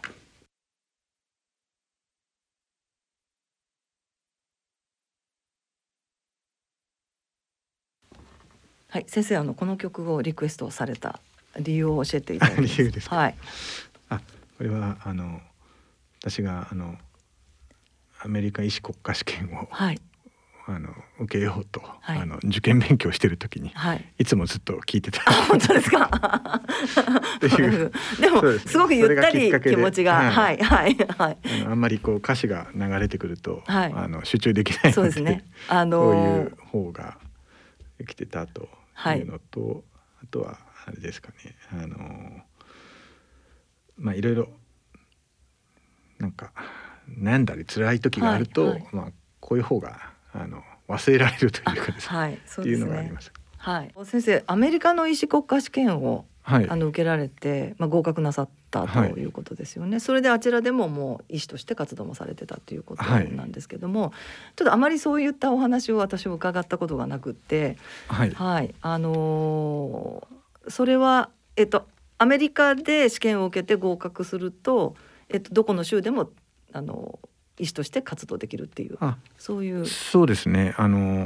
はい、先生この曲をリクエストされた理由を教えていただきます。 理由ですか。 はい。 ここれは私がアメリカ医師国家試験を、受けようと、受験勉強してる時に、いつもずっと聞いてた。 本当ですか。っていうでもすごくゆったり気持ちが、 あんまりこう歌詞が流れてくると、集中できないので、そうですね、こういう方ができてたというのと、あとはあれですかね、いろいろなんか悩んだり辛い時があると、こういう方が忘れられるというかですね、っていうのがあります。 先生、アメリカの医師国家試験を受けられて、合格なさったということですよね。それであちらでももう医師として活動もされてたということなんですけども、ちょっとあまりそういったお話を私は伺ったことがなくって、それはアメリカで試験を受けて合格すると、どこの州でも医師として活動できるっていう、そういう。 そうですね、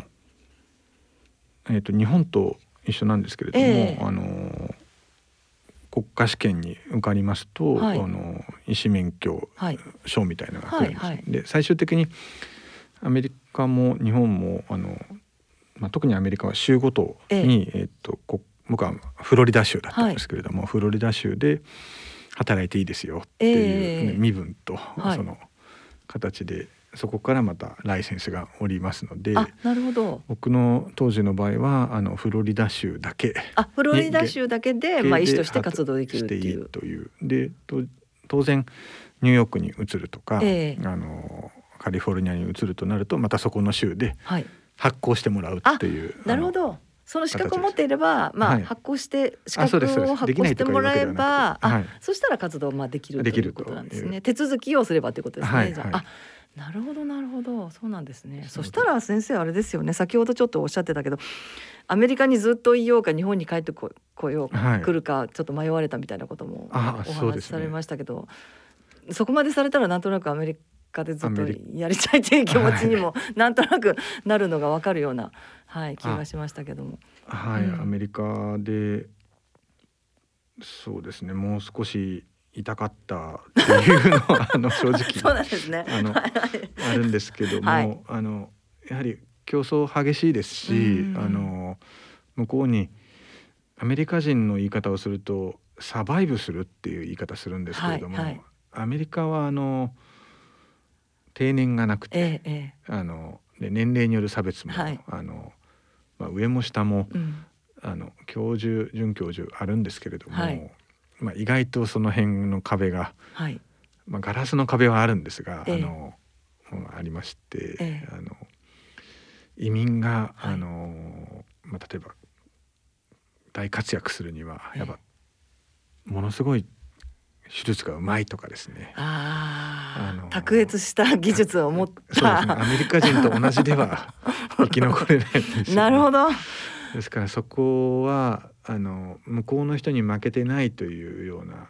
日本と一緒なんですけれども、国家試験に受かりますと、医師免許証みたいなのが来るんです。で最終的にアメリカも日本も特にアメリカは州ごとに、僕はフロリダ州だったんですけれども、フロリダ州で働いていいですよっていう、身分とその形で、そこからまたライセンスがおりますので、 なるほど。 僕の当時の場合はフロリダ州だけ、 フロリダ州だけで医師として活動できるっていう。 で当然ニューヨークに移るとか、カリフォルニアに移るとなるとまたそこの州で発行してもらうっていう。 なるほど。その資格を持っていれば、発行して資格を発行してもらえば、そしたら活動できるということなんですね。手続きをすればということですね。なるほどなるほど、そうなんですね。そしたら先生あれですよね、先ほどちょっとおっしゃってたけど、アメリカにずっといようか日本に帰って来るかちょっと迷われたみたいなこともお話しされましたけど、そこまでされたらなんとなくアメリカでずっとやりたいという気持ちにもなんとなくなるのが分かるような、気がしましたけども。 アメリカでそうですね、もう少し痛かったっていうのは正直そうなんですね。 あるんですけども、やはり競争激しいですし、向こうにアメリカ人の言い方をするとサバイブするっていう言い方するんですけれども、アメリカは定年がなくて、で年齢による差別も、上も下も、教授準教授あるんですけれども、意外とその辺の壁が、ガラスの壁はあるんですが、ありまして、移民が、例えば大活躍するにはやっぱものすごい手術がうまいとかですね、 卓越した技術を持った、 そうですね、アメリカ人と同じでは生き残れないんですよね。 なるほど。 ですからそこは向こうの人に負けてないというような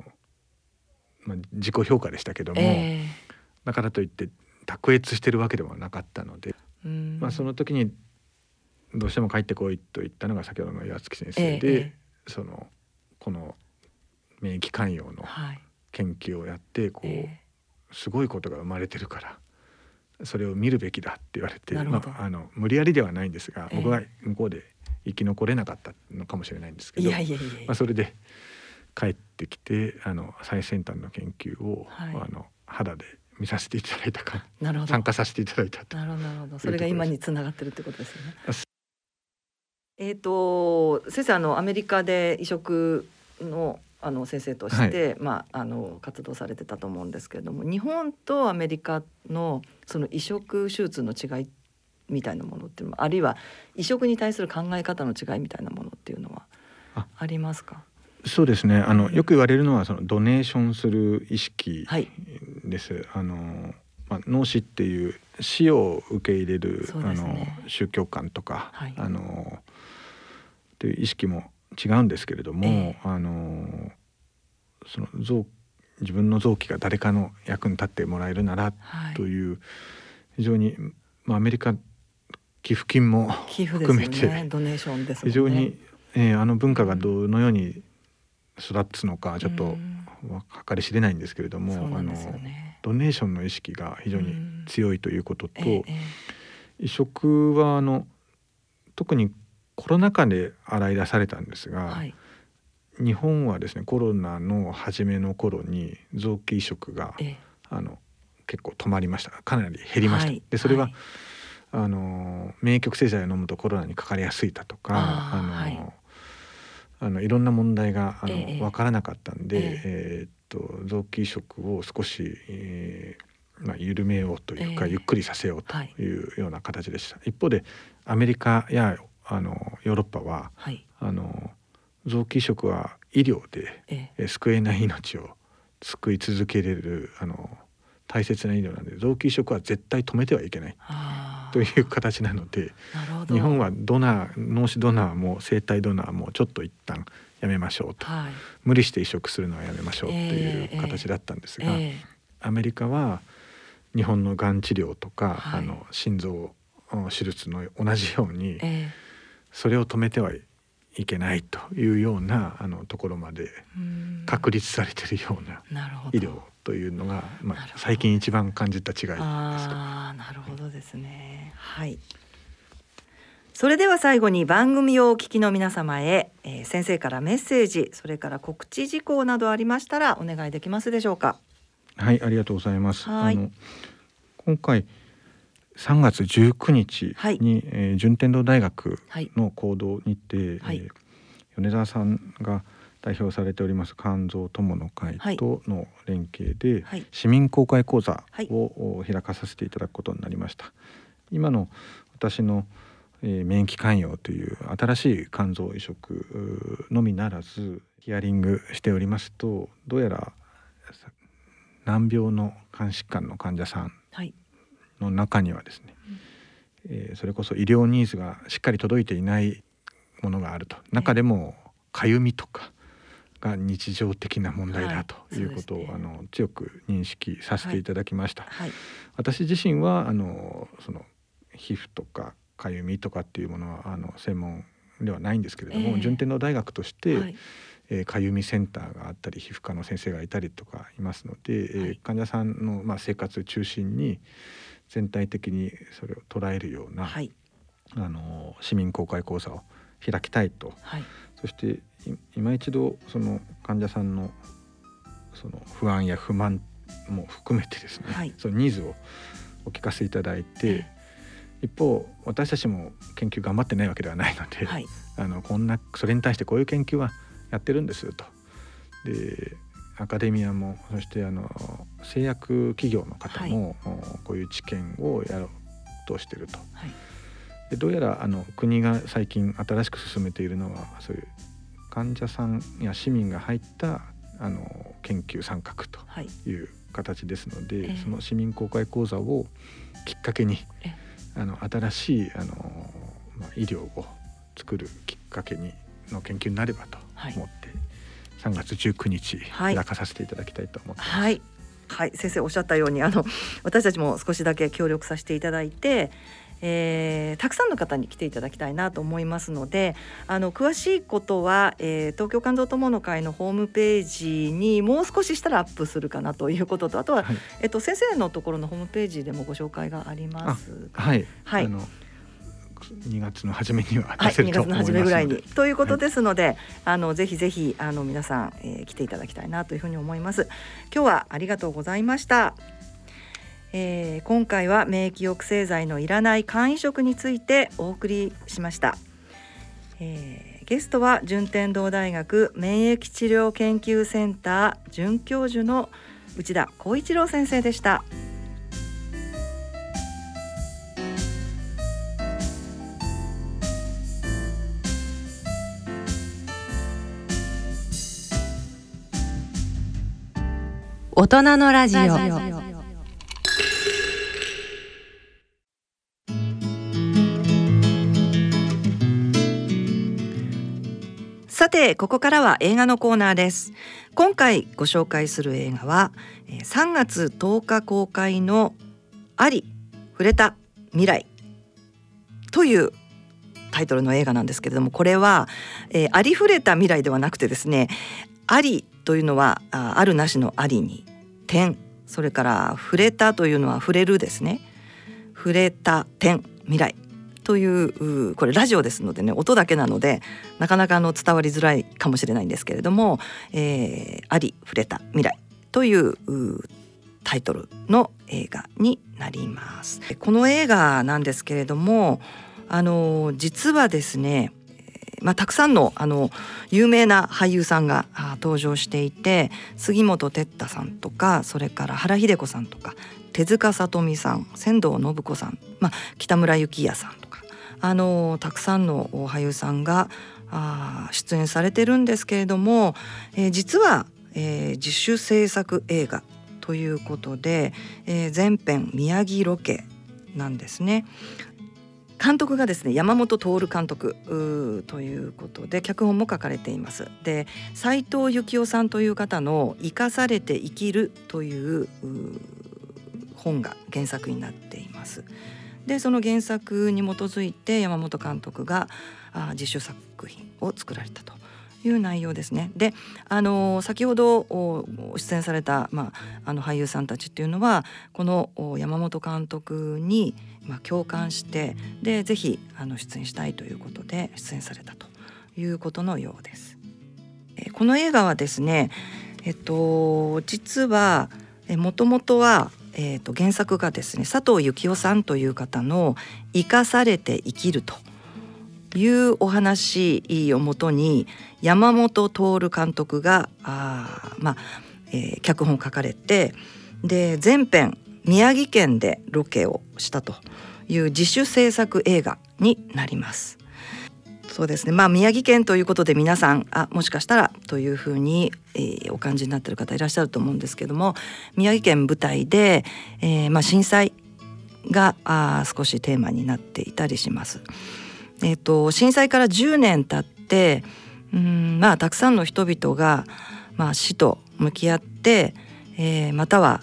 自己評価でしたけども、だからといって卓越してるわけではなかったので、その時にどうしても帰ってこいと言ったのが先ほどの岩月先生で、この免疫寛容の研究をやってすごいことが生まれてるからそれを見るべきだって言われて、無理やりではないんですが、僕は向こうで生き残れなかったのかもしれないんですけど、それで帰ってきて最先端の研究を、肌で見させていただいたか、参加させていただいたと。 なるほど。それが今につながってるってことですよね。先生アメリカで移植の先生として、活動されてたと思うんですけれども、日本とアメリカのその移植手術の違いみたいなものっていうのも、あるいは移植に対する考え方の違いみたいなものっていうのはありますか？ そうですね、よく言われるのはそのドネーションする意識です。脳死っていう死を受け入れる、宗教観とか、という意識も違うんですけれども、その自分の臓器が誰かの役に立ってもらえるならという、非常に、アメリカ寄付金も含めて、 ドネーションですもんね。 非常に、文化がどのように育つのかちょっと計り知れないんですけれども、ドネーションの意識が非常に強いということと、移植は特にコロナ禍で洗い出されたんですが、日本はですねコロナの初めの頃に臓器移植が、結構止まりました。かなり減りました。でそれは、免疫抑制剤を飲むとコロナにかかりやすいだとか、いろんな問題が分からなかったんで、臓器移植を少し、緩めようというか、ゆっくりさせようというような形でした。一方でアメリカやヨーロッパは、臓器移植は医療で、救えない命を救い続けれる大切な医療なんで、臓器移植は絶対止めてはいけないという形なので、日本は脳死ドナーも生体ドナーもちょっと一旦やめましょうと、無理して移植するのはやめましょうという形だったんですが、アメリカは日本のがん治療とか、心臓手術の同じように、それを止めてはいけないというようなところまで確立されているような医療というのが、最近一番感じた違いです。 なるほどですね。はい。それでは最後に番組をお聞きの皆様へ、先生からメッセージ、それから告知事項などありましたらお願いできますでしょうか。 はい、ありがとうございます。今回3月19日に、順天堂大学の講堂にて、米沢さんが代表されております肝臓友の会との連携で、市民公開講座を開かさせていただくことになりました。今の私の、免疫寛容という新しい肝臓移植のみならず、ヒアリングしておりますと、どうやら難病の肝疾患の患者さんの中にはですね、それこそ医療ニーズがしっかり届いていないものがあると。中でもかゆみとかが日常的な問題だということを、強く認識させていただきました。私自身はその皮膚とかかゆみとかっていうものは専門ではないんですけれども、順天堂大学として、かゆみセンターがあったり皮膚科の先生がいたりとかいますので、患者さんの、生活中心に全体的にそれを捉えるような、市民公開講座を開きたいと、そして今一度その患者さんのその不安や不満も含めてですね、そのニーズをお聞かせいただいて、一方私たちも研究頑張ってないわけではないので、それに対してこういう研究はやってるんですと。でアカデミアも、そして製薬企業の方も、こういう知見をやろうとしていると。でどうやら国が最近新しく進めているのは、そういう患者さんや市民が入った研究参画という形ですので、その市民公開講座をきっかけに新しい医療を作るきっかけの研究になればと思って、3月19日開かさせていただきたいと思っています。 先生おっしゃったように私たちも少しだけ協力させていただいて、たくさんの方に来ていただきたいなと思いますので、詳しいことは、東京肝臓友の会のホームページにもう少ししたらアップするかなということと、あとは、先生のところのホームページでもご紹介がありますか。 2月の初めには出せると思いますので、2月の初めぐらいにということですので、ぜひぜひ皆さん、来ていただきたいなというふうに思います。今日はありがとうございました。今回は免疫抑制剤のいらない肝移植についてお送りしました。ゲストは順天堂大学免疫治療研究センター准教授の内田浩一郎先生でした。 大人のラジオ。 さてここからは映画のコーナーです。今回ご紹介する映画は3月10日公開のありふれた未来というタイトルの映画なんですけれども、これは、ありふれた未来ではなくてですね、ありというのはあるなしのありに点、それから触れたというのは触れるですね。触れた点未来という、これラジオですのでね、音だけなのでなかなか伝わりづらいかもしれないんですけれども、あり触れた未来というタイトルの映画になります。この映画なんですけれども、実はですね、たくさんの有名な俳優さんが登場していて、杉本哲太さんとか、それから原日出子さんとか、手塚聡美さん、千堂信子さん、北村幸也さんとか、たくさんの俳優さんが出演されてるんですけれども、実は、自主制作映画ということで、全編宮城ロケなんですね。監督がですね、山本徹監督ということで、脚本も書かれています。で、斉藤幸雄さんという方の生かされて生きるという本が原作になっています。で、その原作に基づいて山本監督が自主作品を作られたという内容ですね。で、先ほど出演された、俳優さんたちっていうのはこの山本監督に共感して、でぜひ出演したいということで出演されたということのようです。この映画はですね、実はもともとは原作がですね、佐藤幸雄さんという方の生かされて生きるというお話をもとに山本徹監督が脚本を書かれて、で全編宮城県でロケをしたという自主制作映画になります。そうですね、宮城県ということで皆さんもしかしたらというふうに、お感じになっている方いらっしゃると思うんですけども、宮城県舞台で、震災が少しテーマになっていたりします。震災から10年経ってたくさんの人々が、死と向き合って、または、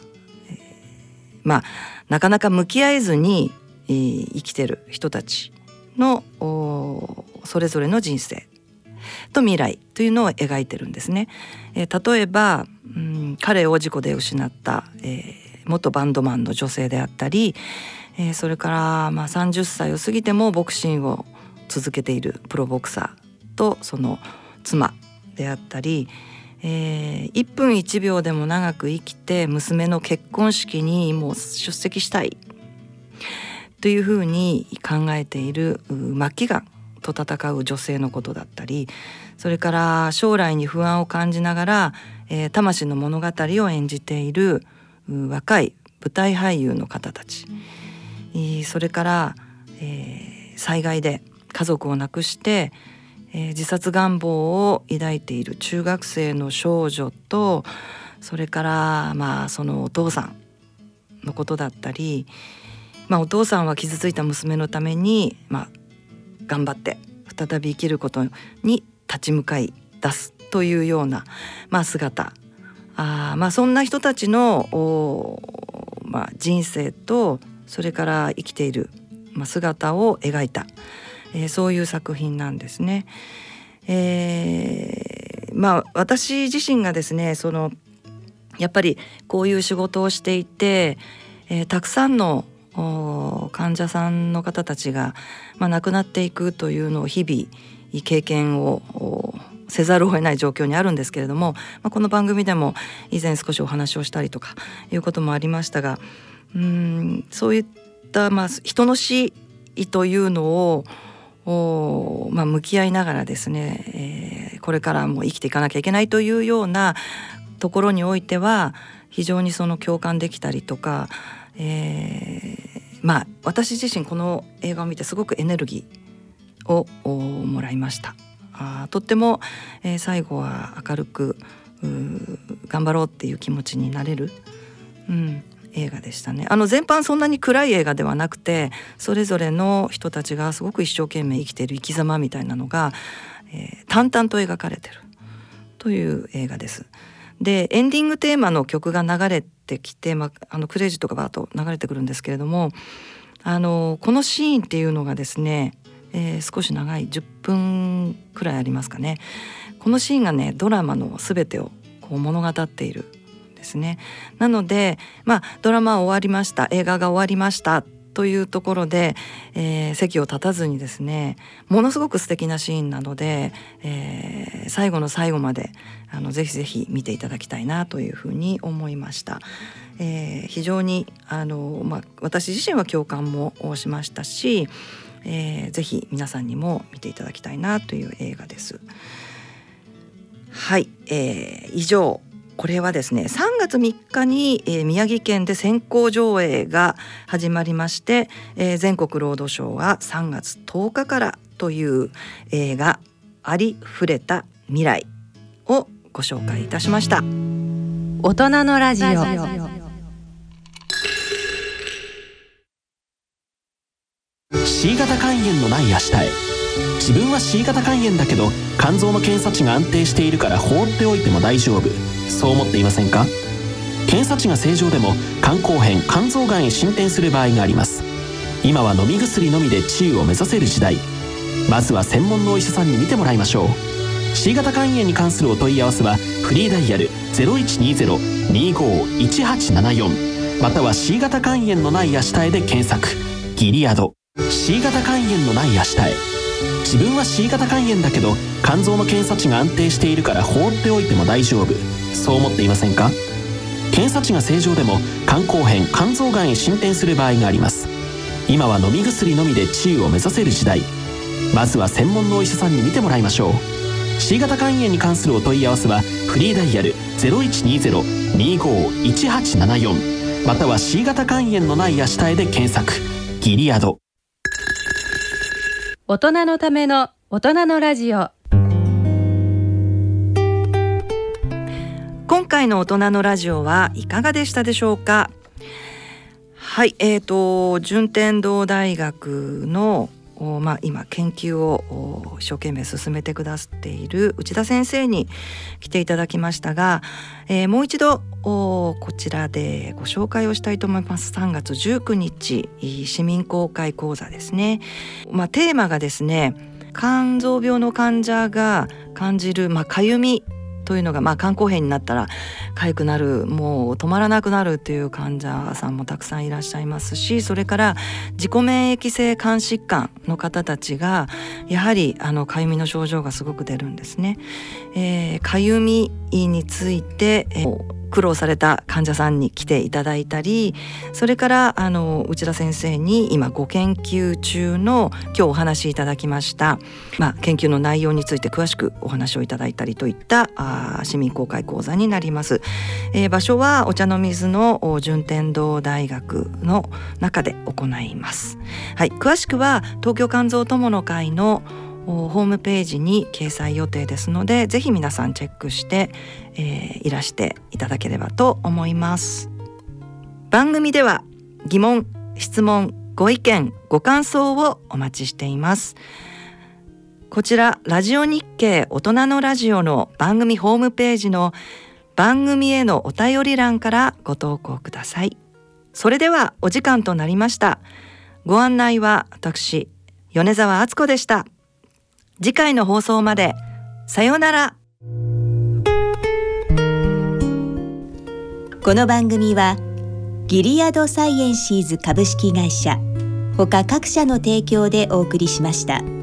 なかなか向き合えずに、生きてる人たちのそれぞれの人生と未来というのを描いてるんですね。例えば、彼を事故で失った、元バンドマンの女性であったり、それから、30歳を過ぎてもボクシングを続けているプロボクサーとその妻であったり、1分1秒でも長く生きて娘の結婚式にもう出席したいというふうに考えている末期がんと戦う女性のことだったり、それから将来に不安を感じながら、魂の物語を演じている若い舞台俳優の方たち、それから、災害で家族を亡くして、自殺願望を抱いている中学生の少女と、それからそのお父さんのことだったり、お父さんは傷ついた娘のために、頑張って再び生きることに立ち向かい出すというような、姿、そんな人たちの人生と、それから生きている、姿を描いた、そういう作品なんですね。私自身がですね、やっぱりこういう仕事をしていて、たくさんの患者さんの方たちが、亡くなっていくというのを日々経験をせざるを得ない状況にあるんですけれども、この番組でも以前少しお話をしたりとかいうこともありましたが、そういった、人の死というのを向き合いながらですね、これからも生きていかなきゃいけないというようなところにおいては非常に共感できたりとか、私自身この映画を見てすごくエネルギーをもらいました。とっても、最後は明るく頑張ろうっていう気持ちになれる、映画でしたね。全般そんなに暗い映画ではなくて、それぞれの人たちがすごく一生懸命生きている生き様みたいなのが、淡々と描かれてるという映画です。で、エンディングテーマの曲が流れてきて、クレジットがバーッと流れてくるんですけれども、このシーンっていうのがですね、少し長い10分くらいありますかね。このシーンがね、ドラマの全てをこう物語っているんですね。なので、ドラマ終わりました、映画が終わりましたというところで、席を立たずにですね、ものすごく素敵なシーンなので、最後の最後までぜひぜひ見ていただきたいなというふうに思いました。非常に私自身は共感もしましたし、ぜひ皆さんにも見ていただきたいなという映画です。はい、以上、これはですね3月3日に、宮城県で先行上映が始まりまして、全国ロードショーは3月10日からという映画ありふれた未来をご紹介いたしました。 大人のラジオ。 C 型肝炎のない明日へ。自分は C 型肝炎だけど肝臓の検査値が安定しているから放っておいても大丈夫、そう思っていませんか？検査値が正常でも肝硬変、肝臓がんへ進展する場合があります。今は飲み薬のみで治癒を目指せる時代。まずは専門のお医者さんに見てもらいましょう。 C 型肝炎に関するお問い合わせはフリーダイヤル 0120-25-1874 または C 型肝炎のない明日へで検索。ギリアド。 C 型肝炎のない明日へ。自分は C 型肝炎だけど肝臓の検査値が安定しているから放っておいても大丈夫、そう思っていませんか？検査値が正常でも肝硬変、肝臓がんへ進展する場合があります。今は飲み薬のみで治癒を目指せる時代。まずは専門のお医者さんに見てもらいましょう。 C 型肝炎に関するお問い合わせはフリーダイヤル 0120-25-1874 または C 型肝炎のない明日へで検索。ギリアド。 大人のための大人のラジオ。 今回の大人のラジオはいかがでしたでしょうか？はい、順天堂大学の今研究を一生懸命進めてくださっている内田先生に来ていただきましたが、もう一度こちらでご紹介をしたいと思います。3月19日市民公開講座ですね。テーマがですね、肝臓病の患者が感じるかゆみというのが、肝硬変になったら痒くなる、もう止まらなくなるという患者さんもたくさんいらっしゃいますし、それから自己免疫性肝疾患の方たちがやはりかゆみの症状がすごく出るんですね。かゆみについて、苦労された患者さんに来ていただいたり、それから内田先生に今ご研究中の今日お話しいただきました、研究の内容について詳しくお話をいただいたりといった市民公開講座になります。場所はお茶の水の順天堂大学の中で行います。はい、詳しくは東京肝臓友の会のホームページに掲載予定ですので、ぜひ皆さんチェックして、いらしていただければと思います。番組では疑問、質問、ご意見、ご感想をお待ちしています。こちらラジオ日経大人のラジオの番組ホームページの番組へのお便り欄からご投稿ください。それではお時間となりました。ご案内は私米澤敦子でした。次回の放送までさようなら。 この番組はギリアドサイエンシーズ株式会社他各社の提供でお送りしました。